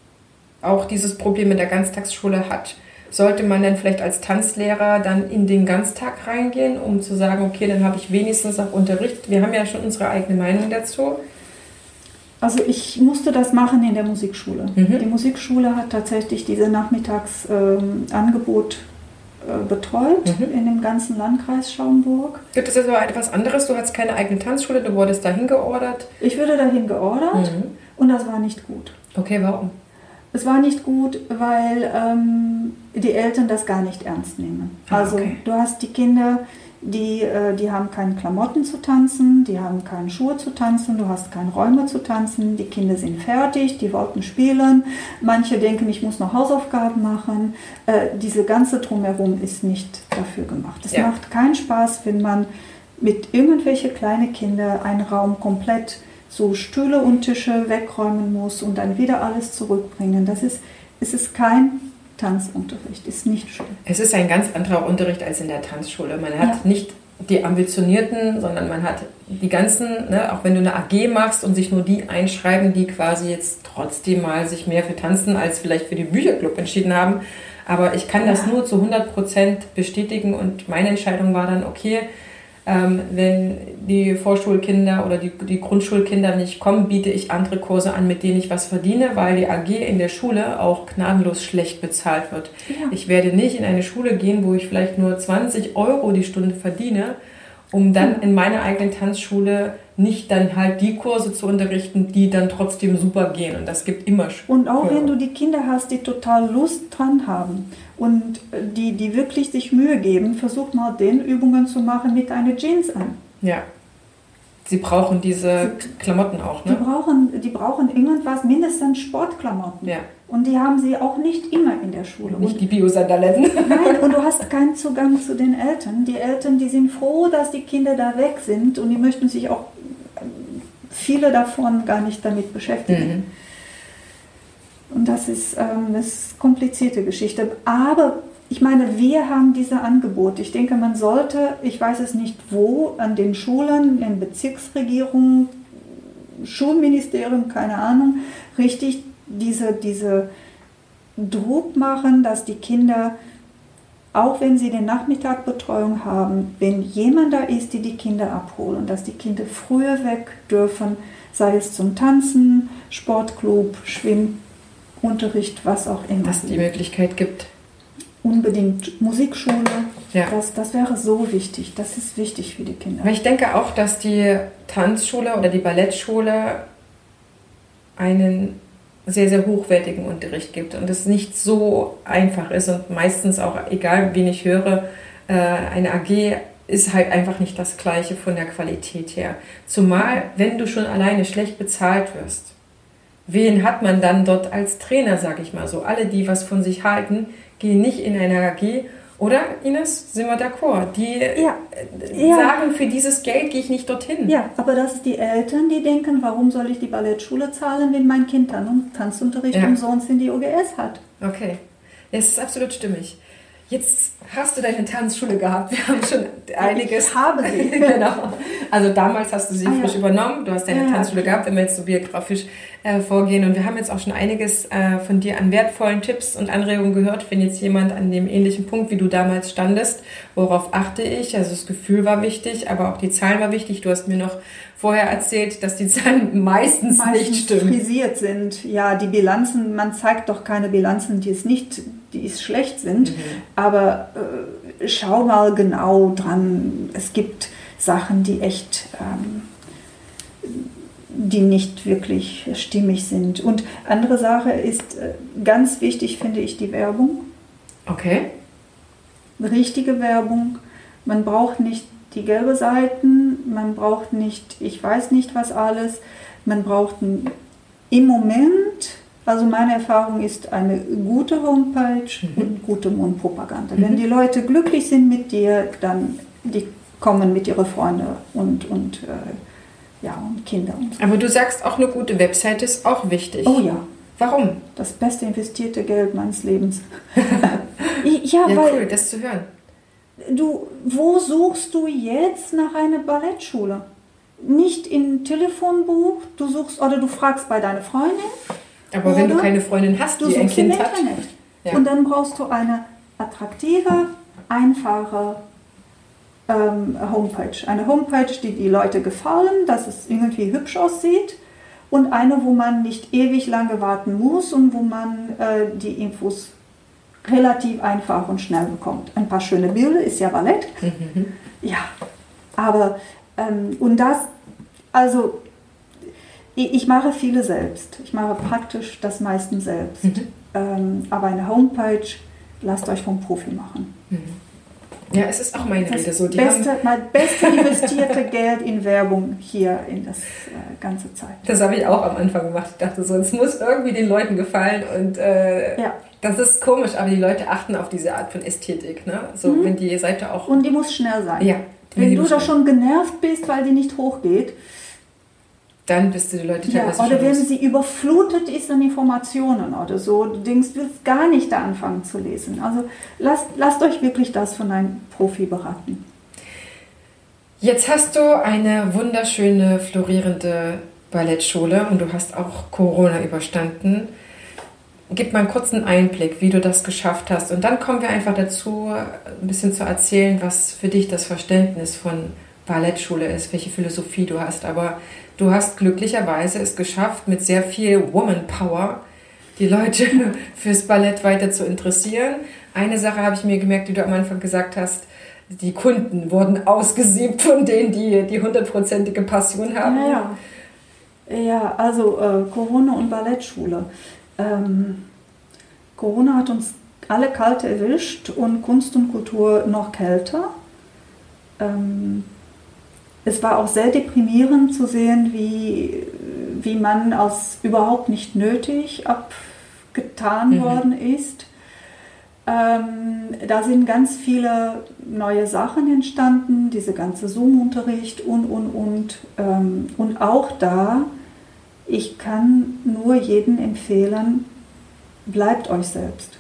auch dieses Problem mit der Ganztagsschule hat? Sollte man dann vielleicht als Tanzlehrer dann in den Ganztag reingehen, um zu sagen, okay, dann habe ich wenigstens auch Unterricht? Wir haben ja schon unsere eigene Meinung dazu. Also ich musste das machen in der Musikschule. Mhm. Die Musikschule hat tatsächlich dieses Nachmittagsangebot äh, äh, betreut mhm. in dem ganzen Landkreis Schaumburg. Gibt es aber etwas anderes? Du hattest keine eigene Tanzschule, du wurdest dahin geordert? Ich wurde dahin geordert mhm. und das war nicht gut. Okay, warum? Es war nicht gut, weil ähm, die Eltern das gar nicht ernst nehmen. Ah, also okay. du hast die Kinder, die, äh, die haben keine Klamotten zu tanzen, die haben keine Schuhe zu tanzen, du hast keine Räume zu tanzen, die Kinder sind fertig, die wollten spielen, manche denken, ich muss noch Hausaufgaben machen. Äh, diese ganze Drumherum ist nicht dafür gemacht. Es Ja. macht keinen Spaß, wenn man mit irgendwelchen kleinen Kindern einen Raum komplett so Stühle und Tische wegräumen muss und dann wieder alles zurückbringen. Das ist, es ist kein Tanzunterricht, ist nicht schön. Es ist ein ganz anderer Unterricht als in der Tanzschule. Man hat Ja. nicht die Ambitionierten, sondern man hat die ganzen, ne, auch wenn du eine A G machst und sich nur die einschreiben, die quasi jetzt trotzdem mal sich mehr für Tanzen als vielleicht für den Bücherclub entschieden haben. Aber ich kann das Ja. nur zu hundert Prozent bestätigen und meine Entscheidung war dann, okay, Ähm, wenn die Vorschulkinder oder die, die Grundschulkinder nicht kommen, biete ich andere Kurse an, mit denen ich was verdiene, weil die A G in der Schule auch gnadenlos schlecht bezahlt wird. Ja. Ich werde nicht in eine Schule gehen, wo ich vielleicht nur zwanzig Euro die Stunde verdiene, um dann in meiner eigenen Tanzschule nicht dann halt die Kurse zu unterrichten, die dann trotzdem super gehen. Und das gibt immer Sch- Und auch ja. wenn du die Kinder hast, die total Lust dran haben und die, die wirklich sich Mühe geben, versuch mal den Übungen zu machen mit einer Jeans an. Ja. Sie brauchen diese Klamotten auch, Die ne? brauchen, die brauchen irgendwas, mindestens Sportklamotten. Ja. Und die haben sie auch nicht immer in der Schule. Nicht Und, die Biosandaletten. nein, und du hast keinen Zugang zu den Eltern. Die Eltern, die sind froh, dass die Kinder da weg sind und die möchten sich auch, viele davon, gar nicht damit beschäftigen. Mhm. Und das ist ähm, das ist eine komplizierte Geschichte. Aber ich meine, wir haben diese Angebote. Ich denke, man sollte, ich weiß es nicht wo, an den Schulen, in Bezirksregierungen, Schulministerium, keine Ahnung, richtig diese, diese Druck machen, dass die Kinder, auch wenn sie den Nachmittagbetreuung haben, wenn jemand da ist, die die Kinder abholen, dass die Kinder früher weg dürfen, sei es zum Tanzen, Sportclub, Schwimmunterricht, was auch immer. Dass es die Möglichkeit gibt. Unbedingt Musikschule, Ja. das, das wäre so wichtig. Das ist wichtig für die Kinder. Aber ich denke auch, dass die Tanzschule oder die Ballettschule einen sehr, sehr hochwertigen Unterricht gibt und es nicht so einfach ist und meistens auch, egal wen ich höre, äh, eine A G ist halt einfach nicht das Gleiche von der Qualität her. Zumal, wenn du schon alleine schlecht bezahlt wirst, wen hat man dann dort als Trainer, sag ich mal so? Alle, die was von sich halten, gehen nicht in eine A G. Oder, Ines, sind wir d'accord? Die Ja. äh, Ja. sagen, für dieses Geld gehe ich nicht dorthin. Ja, aber das ist die Eltern, die denken, warum soll ich die Ballettschule zahlen, wenn mein Kind Tan- Tanzunterricht Ja. umsonst in die O G S hat? Okay, es ist absolut stimmig. Jetzt hast du deine Tanzschule gehabt. Wir haben schon einiges. Ich habe sie. Genau. Also damals hast du sie Ah, frisch ja. übernommen. Du hast deine Ja, ja, Tanzschule klar. gehabt, wenn wir jetzt so biografisch äh, vorgehen. Und wir haben jetzt auch schon einiges äh, von dir an wertvollen Tipps und Anregungen gehört. Wenn jetzt jemand an dem ähnlichen Punkt, wie du damals standest, worauf achte ich? Also das Gefühl war wichtig, aber auch die Zahlen war wichtig. Du hast mir noch vorher erzählt, dass die Zahlen meistens, Meistens nicht stimmen. frisiert sind. Ja, die Bilanzen, man zeigt doch keine Bilanzen, die es nicht, die es schlecht sind. Mhm. Aber äh, schau mal genau dran. Es gibt Sachen, die echt, ähm, die nicht wirklich stimmig sind. Und andere Sache ist, äh, ganz wichtig finde ich die Werbung. Okay. Richtige Werbung. Man braucht nicht die gelbe Seiten, man braucht nicht, ich weiß nicht was alles, man braucht ein, im Moment, also meine Erfahrung ist eine gute Homepage Mhm. und gute Mundpropaganda. Mhm. Wenn die Leute glücklich sind mit dir, dann die kommen mit ihren Freunden und, und, äh, ja, und Kinder. Und so. Aber du sagst, auch eine gute Webseite ist auch wichtig. Oh ja, Warum? das beste investierte Geld meines Lebens. ja, Ja, weil cool, das zu hören. Du, wo suchst du jetzt nach einer Ballettschule? Nicht im Telefonbuch, du suchst oder du fragst bei deiner Freundin. Aber wenn du Oder keine Freundin hast, Du die ein suchst im Kind hat. Internet. Ja. Und dann brauchst du eine attraktive, einfache ähm, Homepage. Eine Homepage, die die Leute gefallen, dass es irgendwie hübsch aussieht. Und eine, wo man nicht ewig lange warten muss und wo man äh, die Infos relativ einfach und schnell bekommt. Ein paar schöne Bilder, ist ja Ballett. Mhm. Ja, aber ähm, und das, also ich, ich mache viele selbst. Ich mache praktisch das meiste selbst. Mhm. Ähm, aber eine Homepage, lasst euch vom Profi machen. Mhm. Ja, es ist auch meine das Rede so. Die beste, haben, mein beste investierte Geld in Werbung hier in das äh, ganze Zeit. Das habe ich auch am Anfang gemacht. Ich dachte so, es muss irgendwie den Leuten gefallen und äh, ja. das ist komisch, aber die Leute achten auf diese Art von Ästhetik. Ne? So, mhm. wenn die Seite auch... Und die muss schnell sein. Ja, wenn du da schon genervt bist, weil die nicht hochgeht, dann bist du die Leute ja, teilweise oder schon wenn los. sie überflutet ist an Informationen oder so, du denkst, du willst gar nicht da anfangen zu lesen. Also lasst, lasst euch wirklich das von einem Profi beraten. Jetzt hast du eine wunderschöne, florierende Ballettschule und du hast auch Corona überstanden. Gib mal einen kurzen Einblick, wie du das geschafft hast. Und dann kommen wir einfach dazu, ein bisschen zu erzählen, was für dich das Verständnis von Ballettschule ist, welche Philosophie du hast. Aber du hast glücklicherweise es geschafft, mit sehr viel Woman Power die Leute fürs Ballett weiter zu interessieren. Eine Sache habe ich mir gemerkt, die du am Anfang gesagt hast, die Kunden wurden ausgesiebt von denen, die die hundertprozentige Passion haben. Ja, ja. ja also äh, Corona und Ballettschule. Ähm, Corona hat uns alle kalt erwischt und Kunst und Kultur noch kälter. Ähm, es war auch sehr deprimierend zu sehen, wie, wie man als überhaupt nicht nötig abgetan mhm. worden ist. Ähm, da sind ganz viele neue Sachen entstanden, diese ganze Zoom-Unterricht und, und, und. Ähm, und auch da, ich kann nur jedem empfehlen, bleibt euch selbst.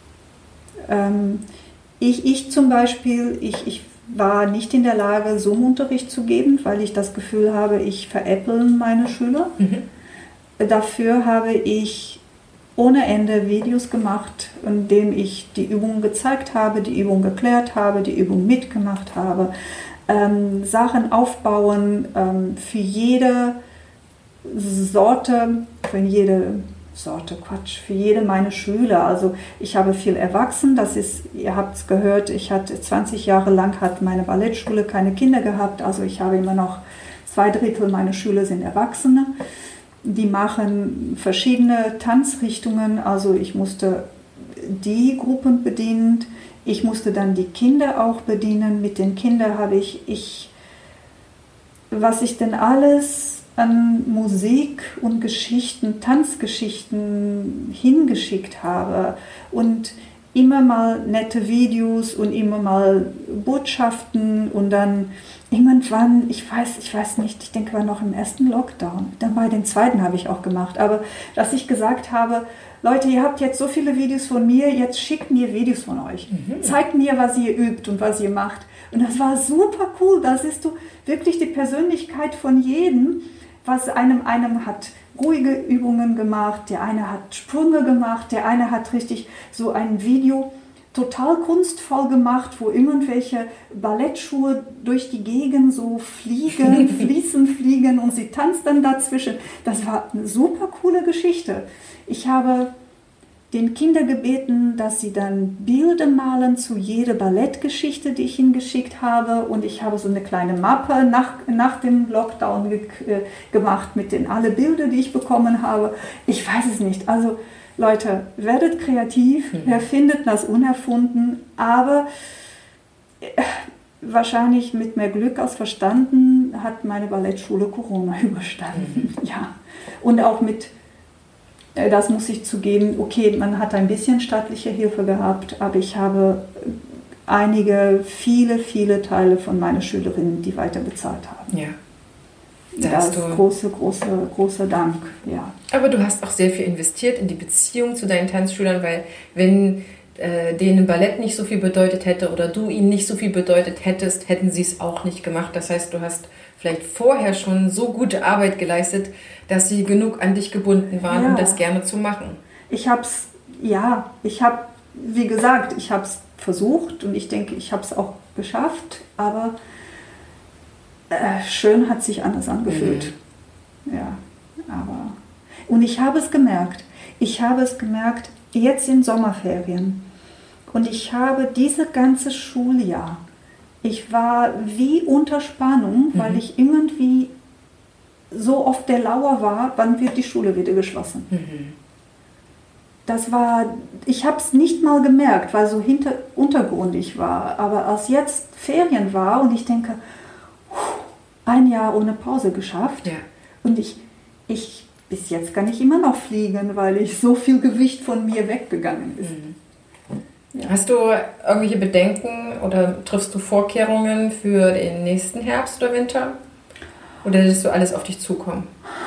Ähm, ich, ich zum Beispiel, ich, ich war nicht in der Lage, Zoom-Unterricht zu geben, weil ich das Gefühl habe, ich veräpple meine Schüler. Mhm. Dafür habe ich ohne Ende Videos gemacht, in denen ich die Übungen gezeigt habe, die Übung geklärt habe, die Übung mitgemacht habe, ähm, Sachen aufbauen ähm, für jede Sorte, für jede Sorte, Quatsch, für jede meine Schüler. Also ich habe viel erwachsen, das ist, ihr habt es gehört, ich hatte zwanzig Jahre lang hat meine Ballettschule keine Kinder gehabt, also ich habe immer noch zwei Drittel meiner Schüler sind Erwachsene. Die machen verschiedene Tanzrichtungen, also ich musste die Gruppen bedienen, ich musste dann die Kinder auch bedienen. Mit den Kindern habe ich, ich was ich denn alles an Musik und Geschichten, Tanzgeschichten hingeschickt habe und immer mal nette Videos und immer mal Botschaften und dann irgendwann, ich weiß, ich weiß nicht, ich denke, war noch im ersten Lockdown, dann bei den zweiten habe ich auch gemacht, aber dass ich gesagt habe, Leute, ihr habt jetzt so viele Videos von mir, jetzt schickt mir Videos von euch. Mhm. Zeigt mir, was ihr übt und was ihr macht. Und das war super cool, da siehst du wirklich die Persönlichkeit von jedem, was einem, einem hat ruhige Übungen gemacht, der eine hat Sprünge gemacht, der eine hat richtig so ein Video total kunstvoll gemacht, wo irgendwelche Ballettschuhe durch die Gegend so fliegen, fließen, fliegen und sie tanzt dann dazwischen. Das war eine super coole Geschichte. Ich habe den Kindern gebeten, dass sie dann Bilder malen zu jeder Ballettgeschichte, die ich ihnen geschickt habe. Und ich habe so eine kleine Mappe nach, nach dem Lockdown ge äh, gemacht mit den alle Bilder, die ich bekommen habe. Ich weiß es nicht. Also Leute, werdet kreativ, mhm. erfindet das unerfunden, aber äh, wahrscheinlich mit mehr Glück als Verstanden hat meine Ballettschule Corona überstanden. Mhm. Ja. Und auch mit das muss ich zugeben, okay, man hat ein bisschen staatliche Hilfe gehabt, aber ich habe einige, viele, viele Teile von meinen Schülerinnen, die weiter bezahlt haben. Ja. Da das ist große, große, großer Dank, ja. Aber du hast auch sehr viel investiert in die Beziehung zu deinen Tanzschülern, weil wenn äh, denen Ballett nicht so viel bedeutet hätte oder du ihnen nicht so viel bedeutet hättest, hätten sie es auch nicht gemacht. Das heißt, du hast vielleicht vorher schon so gute Arbeit geleistet, dass sie genug an dich gebunden waren, ja. um das gerne zu machen. Ich habe es, ja, ich habe, wie gesagt, ich habe es versucht und ich denke, ich habe es auch geschafft, aber äh, schön hat sich anders angefühlt. Mhm. Ja, aber, und ich habe es gemerkt, ich habe es gemerkt, jetzt in Sommerferien und ich habe dieses ganze Schuljahr, ich war wie unter Spannung, mhm. weil ich irgendwie so oft der Lauer war, wann wird die Schule wieder geschlossen. Mhm. Das war, ich habe es nicht mal gemerkt, weil so hinter, untergrundig war. Aber als jetzt Ferien war und ich denke, ein Jahr ohne Pause geschafft. Ja. Und ich, ich, bis jetzt kann ich immer noch fliegen, weil ich so viel Gewicht von mir weggegangen ist. Mhm. Ja. Hast du irgendwelche Bedenken oder triffst du Vorkehrungen für den nächsten Herbst oder Winter? Oder lässt du alles auf dich zukommen?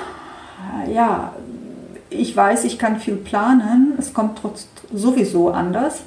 Ja, ich weiß, ich kann viel planen. Es kommt trotz sowieso anders.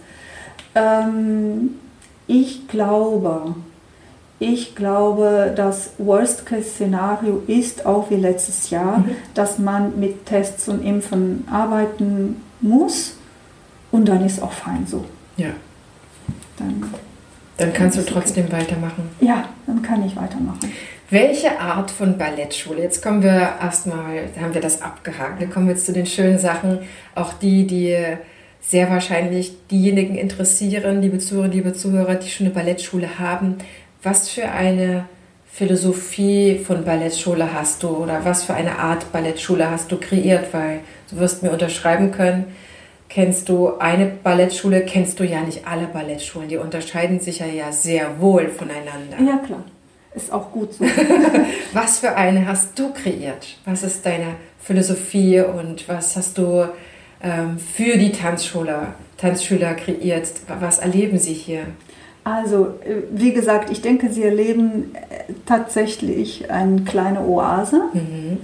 Ähm, ich glaube, ich glaube, das Worst-Case-Szenario ist auch wie letztes Jahr, mhm. dass man mit Tests und Impfen arbeiten muss und dann ist auch fein so. Ja. Dann, dann kannst du trotzdem okay. weitermachen. Ja, dann kann ich weitermachen. Welche Art von Ballettschule? Jetzt kommen wir erstmal, da haben wir das abgehakt. Wir kommen jetzt zu den schönen Sachen, auch die, die sehr wahrscheinlich diejenigen interessieren, liebe Zuhörer, liebe Zuhörer, die schon eine Ballettschule haben. Was für eine Philosophie von Ballettschule hast du oder was für eine Art Ballettschule hast du kreiert? Weil du wirst mir unterschreiben können, kennst du eine Ballettschule, kennst du ja nicht alle Ballettschulen. Die unterscheiden sich ja, ja sehr wohl voneinander. Ja, klar. Ist auch gut so. Was für eine hast du kreiert? Was ist deine Philosophie und was hast du ähm, für die Tanzschüler, Tanzschüler kreiert? Was erleben sie hier? Also, wie gesagt, ich denke, sie erleben tatsächlich eine kleine Oase. Mhm.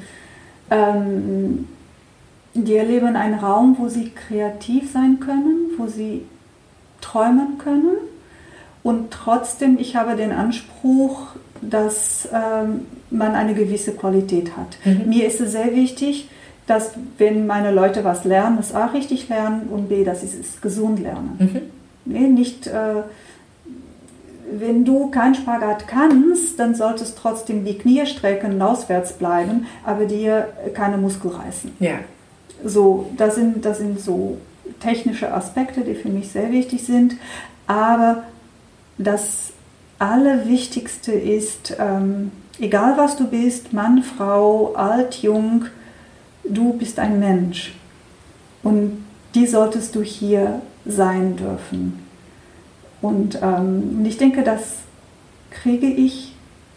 Ähm, die erleben einen Raum, wo sie kreativ sein können, wo sie träumen können. Und trotzdem, ich habe den Anspruch, dass ähm, man eine gewisse Qualität hat. Mhm. Mir ist es sehr wichtig, dass wenn meine Leute was lernen, es A richtig lernen und B, dass sie es gesund lernen. Mhm. Nee, nicht, äh, wenn du kein Spagat kannst, dann solltest du trotzdem die Knie strecken und auswärts bleiben, aber dir keine Muskel reißen. Ja. So, das sind, das sind so technische Aspekte, die für mich sehr wichtig sind, aber das Allerwichtigste ist, ähm, egal was du bist, Mann, Frau, alt, jung, du bist ein Mensch. Und die solltest du hier sein dürfen. Und, ähm, und ich denke, das kriege ich,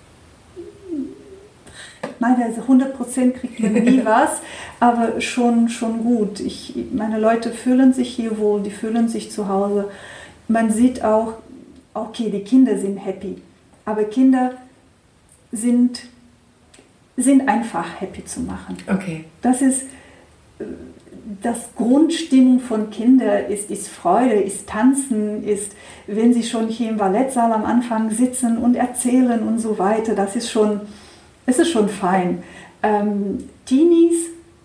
meine hundert Prozent kriegt man nie was, aber schon, schon gut. Ich, meine Leute fühlen sich hier wohl, die fühlen sich zu Hause. Man sieht auch, okay, die Kinder sind happy, aber Kinder sind, sind einfach happy zu machen. Okay. Das ist, das Grundstimmung von Kindern ist, ist Freude, ist Tanzen, ist, wenn sie schon hier im Ballettsaal am Anfang sitzen und erzählen und so weiter, das ist schon, es ist schon fein. Ähm, Teenies,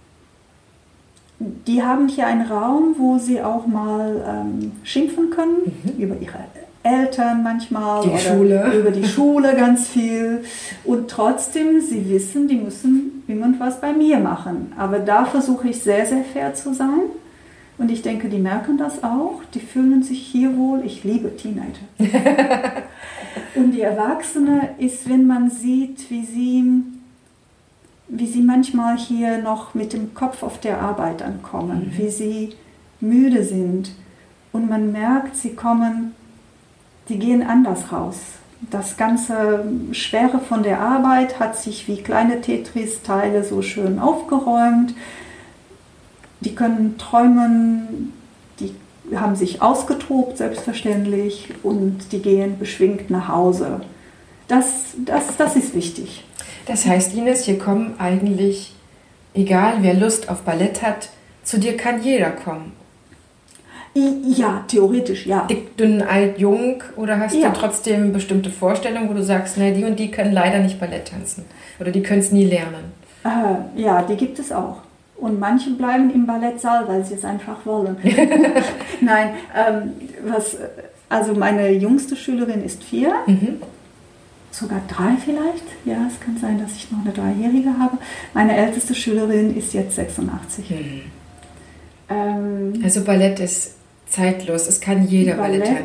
die haben hier einen Raum, wo sie auch mal ähm, schimpfen können, mhm. über ihre Eltern manchmal die oder Schule. über die Schule ganz viel und trotzdem, sie wissen, die müssen irgendwas bei mir machen. Aber da versuche ich sehr, sehr fair zu sein und ich denke, die merken das auch, die fühlen sich hier wohl, ich liebe Teenager. Und die Erwachsene ist, wenn man sieht, wie sie, wie sie manchmal hier noch mit dem Kopf auf der Arbeit ankommen, mhm. wie sie müde sind und man merkt, sie kommen die gehen anders raus. Das ganze Schwere von der Arbeit hat sich wie kleine Tetris-Teile so schön aufgeräumt. Die können träumen, die haben sich ausgetobt, selbstverständlich, und die gehen beschwingt nach Hause. Das, das, das ist wichtig. Das heißt, Ines, hier kommen eigentlich, egal wer Lust auf Ballett hat, zu dir kann jeder kommen. Ja, theoretisch, ja. Dick, dünn, alt, jung, oder hast ja. du trotzdem bestimmte Vorstellungen, wo du sagst, ne, die und die können leider nicht Ballett tanzen oder die können es nie lernen? Äh, ja, die gibt es auch. Und manche bleiben im Ballettsaal, weil sie es einfach wollen. Nein, ähm, was, also meine jüngste Schülerin ist vier, mhm. sogar drei vielleicht. Ja, es kann sein, dass ich noch eine Dreijährige habe. Meine älteste Schülerin ist jetzt sechsundachtzig. Mhm. Ähm, also Ballett ist zeitlos, es kann jeder Ballett, Ballett tanzen.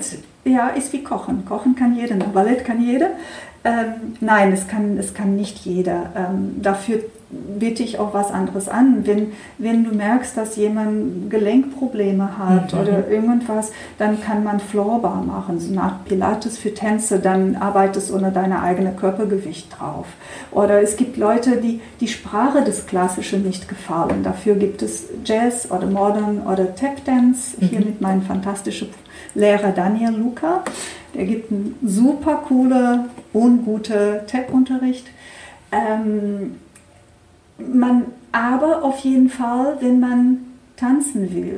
Ja, ist wie Kochen. Kochen kann jeder, Ballett kann jeder. Ähm, nein, es kann, es kann nicht jeder. Ähm, dafür biete ich auch was anderes an. Wenn, wenn du merkst, dass jemand Gelenkprobleme hat mhm. oder irgendwas, dann kann man Floorbar machen, so eine Art Pilates für Tänze, dann arbeitest du unter deine eigene Körpergewicht drauf. Oder es gibt Leute, die die Sprache des Klassischen nicht gefallen. Dafür gibt es Jazz oder Modern oder Tap Dance. Mhm. Hier mit meinem fantastischen Lehrer Daniel Luca. Der gibt einen super coole und gute Tap-Unterricht. Ähm, man, aber auf jeden Fall, wenn man tanzen will,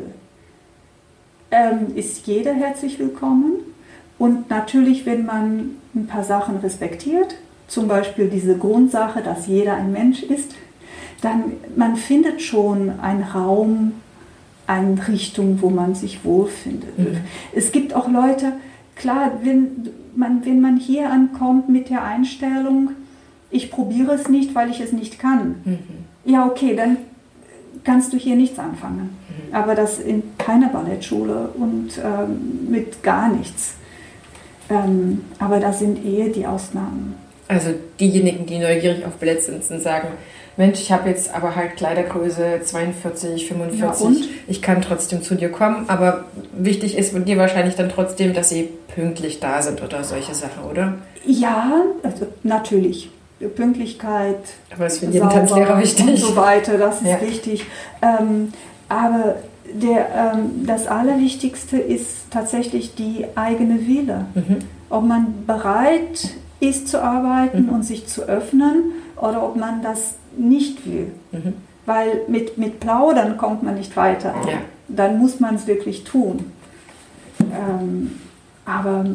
ähm, ist jeder herzlich willkommen. Und natürlich, wenn man ein paar Sachen respektiert, zum Beispiel diese Grundsache, dass jeder ein Mensch ist, dann man findet schon einen Raum, eine Richtung, wo man sich wohlfindet. Mhm. Es gibt auch Leute, klar, wenn man, wenn man hier ankommt mit der Einstellung, ich probiere es nicht, weil ich es nicht kann. Mhm. Ja, okay, dann kannst du hier nichts anfangen. Mhm. Aber das in keiner Ballettschule und ähm, mit gar nichts. Ähm, aber das sind eher die Ausnahmen. Also diejenigen, die neugierig auf Ballett sind und sagen, Mensch, ich habe jetzt aber halt Kleidergröße zweiundvierzig, fünfundvierzig, ja, ich kann trotzdem zu dir kommen, aber wichtig ist von dir wahrscheinlich dann trotzdem, dass sie pünktlich da sind oder solche Sachen, oder? Ja, also natürlich. Pünktlichkeit, aber das ist für jeden Tanzlehrer wichtig. Und so weiter, das ist ja. wichtig. Ähm, aber der, ähm, das Allerwichtigste ist tatsächlich die eigene Wille. Mhm. Ob man bereit ist zu arbeiten mhm. und sich zu öffnen oder ob man das nicht will. Mhm. Weil mit, mit Plaudern kommt man nicht weiter. Ja. Dann muss man es wirklich tun. Ähm, aber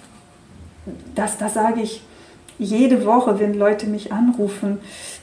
das, das sage ich jede Woche, wenn Leute mich anrufen,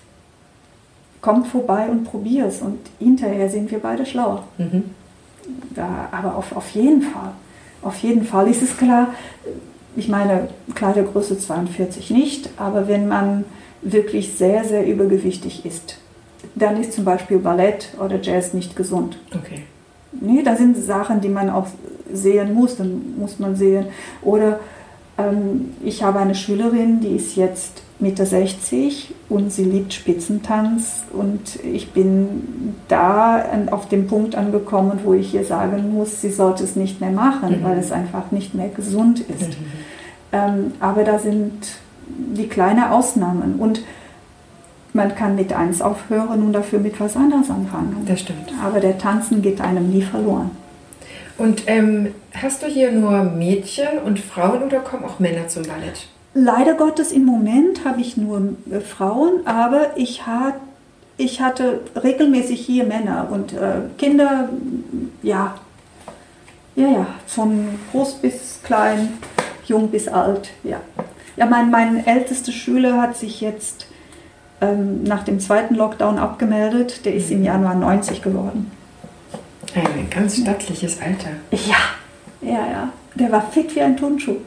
kommt vorbei und probier es. Und hinterher sind wir beide schlauer. Mhm. Da, aber auf, auf jeden Fall. Auf jeden Fall ist es klar, ich meine, Kleidergröße zweiundvierzig nicht, aber wenn man wirklich sehr, sehr übergewichtig ist, dann ist zum Beispiel Ballett oder Jazz nicht gesund. Okay. Nee, das sind Sachen, die man auch sehen muss, dann muss man sehen. Oder ähm, ich habe eine Schülerin, die ist jetzt Mitte sechzig und sie liebt Spitzentanz und ich bin da auf dem Punkt angekommen, wo ich ihr sagen muss, sie sollte es nicht mehr machen, mhm. weil es einfach nicht mehr gesund ist. Mhm. Ähm, aber da sind die kleinen Ausnahmen und man kann mit eins aufhören und dafür mit was anderes anfangen. Das stimmt. Aber der Tanzen geht einem nie verloren. Und ähm, hast du hier nur Mädchen und Frauen oder kommen auch Männer zum Ballett? Leider Gottes im Moment habe ich nur äh, Frauen, aber ich, hat, ich hatte regelmäßig hier Männer und äh, Kinder, ja, ja, ja, von groß bis klein, jung bis alt, ja. Ja, mein, mein ältester Schüler hat sich jetzt ähm, nach dem zweiten Lockdown abgemeldet, der ist im Januar neunzig geworden. Ein ganz stattliches Alter. Ja, ja, ja, der war fit wie ein Turnschuh.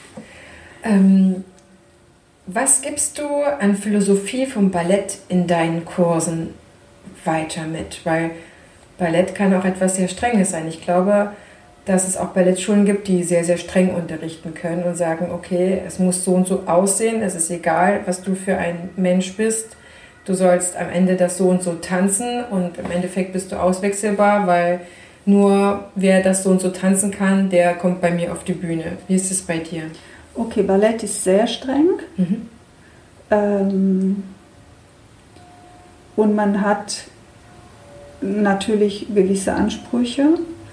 Ähm, was gibst du an Philosophie vom Ballett in deinen Kursen weiter mit? Weil Ballett kann auch etwas sehr Strenges sein. Ich glaube, dass es auch Ballettschulen gibt, die sehr, sehr streng unterrichten können und sagen, okay, es muss so und so aussehen, es ist egal, was du für ein Mensch bist. Du sollst am Ende das so und so tanzen und im Endeffekt bist du auswechselbar, weil nur wer das so und so tanzen kann, der kommt bei mir auf die Bühne. Wie ist es bei dir? Okay, Ballett ist sehr streng. Mhm. Ähm, und man hat natürlich gewisse Ansprüche.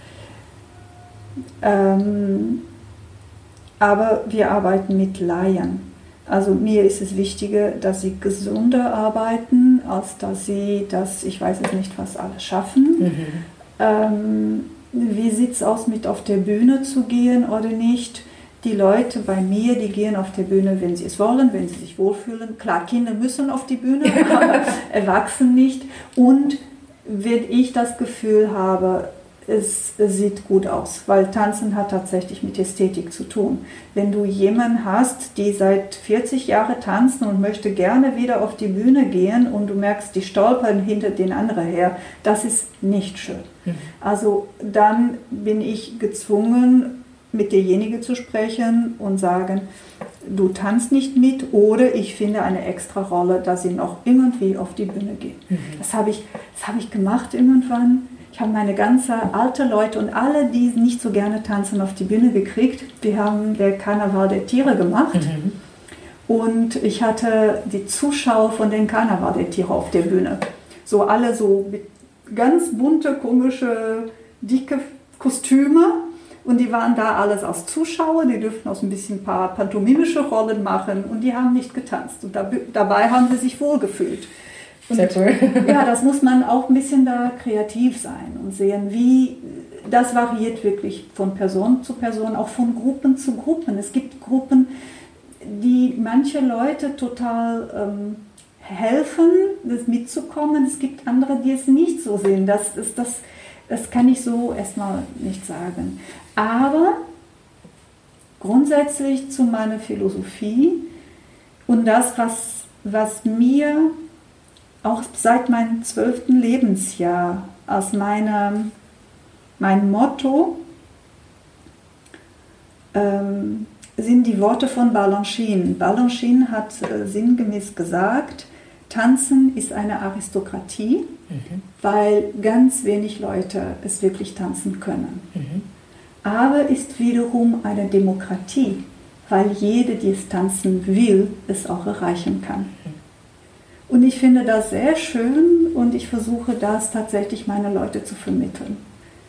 Ähm, aber wir arbeiten mit Laien. Also mir ist es wichtiger, dass sie gesunder arbeiten, als dass sie das, ich weiß jetzt nicht, was alle schaffen. Mhm. Ähm, wie sieht es aus, mit auf der Bühne zu gehen oder nicht? Die Leute bei mir, die gehen auf der Bühne, wenn sie es wollen, wenn sie sich wohlfühlen. Klar, Kinder müssen auf die Bühne, aber Erwachsene nicht. Und wenn ich das Gefühl habe, es sieht gut aus, weil Tanzen hat tatsächlich mit Ästhetik zu tun. Wenn du jemanden hast, die seit vierzig Jahren tanzen und möchte gerne wieder auf die Bühne gehen und du merkst, die stolpern hinter den anderen her, das ist nicht schön. Mhm. Also dann bin ich gezwungen, mit derjenigen zu sprechen und sagen, du tanzt nicht mit oder ich finde eine extra Rolle, dass sie noch irgendwie auf die Bühne geht. Mhm. Das habe ich, das habe ich gemacht irgendwann. Ich habe meine ganze alte Leute und alle, die nicht so gerne tanzen, auf die Bühne gekriegt. Wir haben der Karneval der Tiere gemacht. Mhm. Und ich hatte die Zuschauer von den Karneval der Tiere auf der Bühne. So alle so mit ganz bunte, komische, dicke Kostüme. Und die waren da alles als Zuschauer. Die dürften auch ein bisschen ein paar pantomimische Rollen machen. Und die haben nicht getanzt. Und da, dabei haben sie sich wohlgefühlt. Und sehr cool. Ja, das muss man auch ein bisschen da kreativ sein und sehen, wie das variiert wirklich von Person zu Person, auch von Gruppen zu Gruppen. Es gibt Gruppen, die manche Leute total ähm, helfen, das mitzukommen. Es gibt andere, die es nicht so sehen. Das ist das, das kann ich so erstmal nicht sagen. Aber grundsätzlich zu meiner Philosophie und das, was, was mir auch seit meinem zwölften Lebensjahr als meine, mein Motto ähm, sind die Worte von Balanchine. Balanchine hat äh, sinngemäß gesagt, Tanzen ist eine Aristokratie, mhm. weil ganz wenig Leute es wirklich tanzen können. Mhm. Aber ist wiederum eine Demokratie, weil jede, die es tanzen will, es auch erreichen kann. Mhm. Und ich finde das sehr schön und ich versuche das tatsächlich meine Leute zu vermitteln.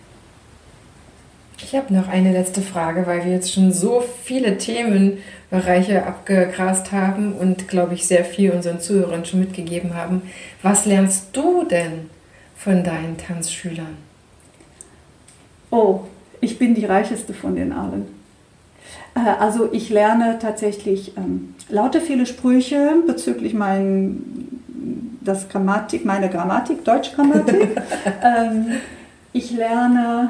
Ich habe noch eine letzte Frage, weil wir jetzt schon so viele Themenbereiche abgegrast haben und, glaube ich, sehr viel unseren Zuhörern schon mitgegeben haben. Was lernst du denn von deinen Tanzschülern? Oh, ich bin die reicheste von den allen. Also ich lerne tatsächlich ähm, lauter viele Sprüche bezüglich mein, das Grammatik, meine Grammatik, Deutschgrammatik. ähm, ich lerne,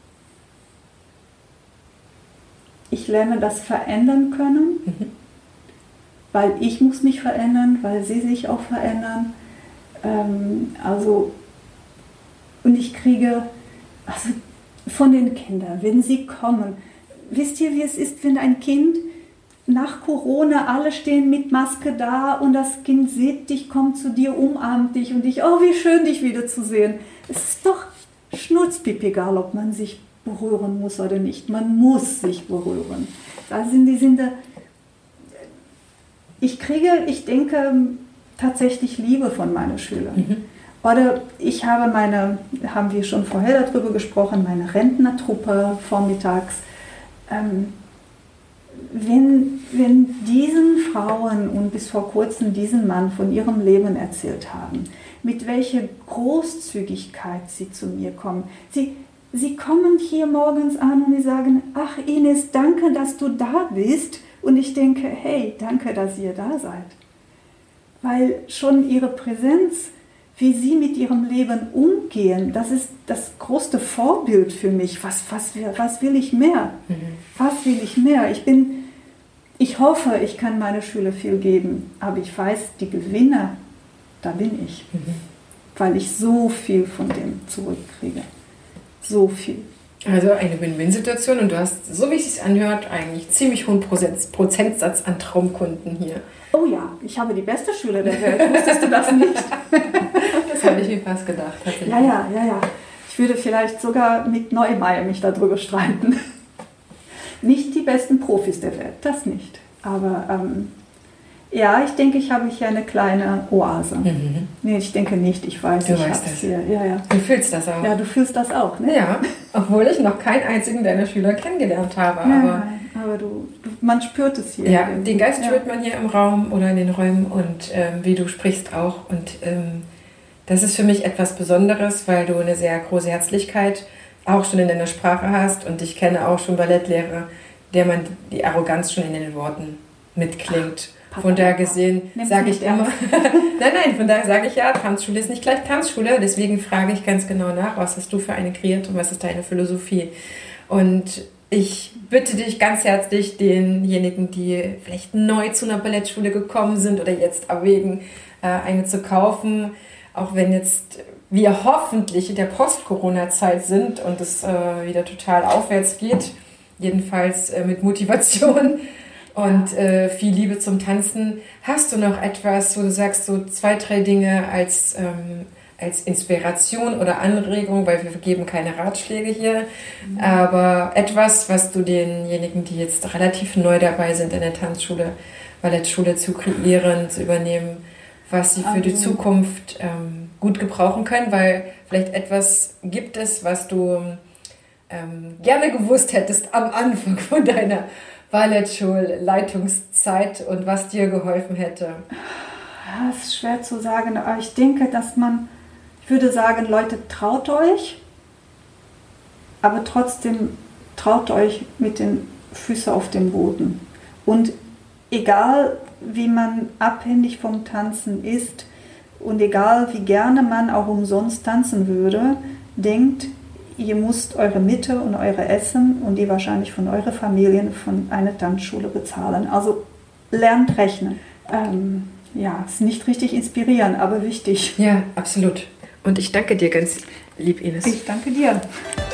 ich lerne das verändern können, mhm. weil ich muss mich verändern, weil sie sich auch verändern. Ähm, also und ich kriege also von den Kindern, wenn sie kommen. Wisst ihr, wie es ist, wenn ein Kind nach Corona, alle stehen mit Maske da und das Kind sieht dich, kommt zu dir, umarmt dich und dich, oh, wie schön, dich wiederzusehen. Es ist doch schnurzpiep egal, ob man sich berühren muss oder nicht. Man muss sich berühren. Da sind die, sind da, ich kriege, ich denke, tatsächlich Liebe von meinen Schülern. Mhm. Oder ich habe meine, haben wir schon vorher darüber gesprochen, meine Rentnertruppe vormittags. Ähm, wenn, wenn diesen Frauen und bis vor kurzem diesen Mann von ihrem Leben erzählt haben, mit welcher Großzügigkeit sie zu mir kommen. Sie, sie kommen hier morgens an und sie sagen, ach Ines, danke, dass du da bist. Und ich denke, hey, danke, dass ihr da seid. Weil schon ihre Präsenz, wie sie mit ihrem Leben umgehen, das ist das größte Vorbild für mich. Was, was, was will ich mehr? Mhm. Was will ich mehr? Ich bin, ich hoffe, ich kann meine Schüler viel geben, aber ich weiß, die Gewinner, da bin ich. Mhm. Weil ich so viel von dem zurückkriege. So viel. Also eine Win-Win-Situation und du hast, so wie es sich anhört, eigentlich ziemlich hohen Prozentsatz an Traumkunden hier. Oh ja, ich habe die beste Schüler der Welt. Wusstest du das nicht? Das habe ich mir fast gedacht. Ja, ja, ja, ja. Ich würde vielleicht sogar mit Neumeier mich darüber streiten. Nicht die besten Profis der Welt, das nicht. Aber ähm, ja, ich denke, ich habe hier eine kleine Oase. Mhm. Nee, ich denke nicht, ich weiß, du ich weißt das. Hier. Ja, ja. Du fühlst das auch. Ja, du fühlst das auch, ne? Ja, obwohl ich noch keinen einzigen deiner Schüler kennengelernt habe. Ja, aber aber du, du, man spürt es hier. Ja, den Geist spürt ja. man hier im Raum oder in den Räumen und ähm, wie du sprichst auch. Und ähm, das ist für mich etwas Besonderes, weil du eine sehr große Herzlichkeit auch schon in deiner Sprache hast. Und ich kenne auch schon Ballettlehrer, der man die Arroganz schon in den Worten mitklingt. Ach, von daher gesehen sage ich immer, nein, nein, von daher sage ich ja, Tanzschule ist nicht gleich Tanzschule. Deswegen frage ich ganz genau nach, was hast du für eine kreiert und was ist deine Philosophie. Und ich bitte dich ganz herzlich, denjenigen, die vielleicht neu zu einer Ballettschule gekommen sind oder jetzt erwägen, eine zu kaufen, auch wenn jetzt wir hoffentlich in der Post-Corona-Zeit sind und es wieder total aufwärts geht, jedenfalls äh, mit Motivation und äh, viel Liebe zum Tanzen. Hast du noch etwas, wo du sagst, so zwei, drei Dinge als, ähm, als Inspiration oder Anregung, weil wir geben keine Ratschläge hier, mhm. aber etwas, was du denjenigen, die jetzt relativ neu dabei sind in der Tanzschule, Ballettschule zu kreieren, zu übernehmen, was sie für also. die Zukunft ähm, gut gebrauchen können, weil vielleicht etwas gibt es, was du ähm, gerne gewusst hättest am Anfang von deiner Ballettschulleitungszeit und was dir geholfen hätte? Ja, es ist schwer zu sagen, aber ich denke, dass man, ich würde sagen, Leute, traut euch, aber trotzdem traut euch mit den Füßen auf dem Boden. Und egal, wie man abhängig vom Tanzen ist und egal, wie gerne man auch umsonst tanzen würde, denkt, ihr müsst eure Miete und eure Essen und die wahrscheinlich von euren Familien von einer Tanzschule bezahlen. Also lernt rechnen. Ähm, ja, ist nicht richtig inspirierend, aber wichtig. Ja, absolut. Und ich danke dir ganz lieb, Ines. Ich danke dir.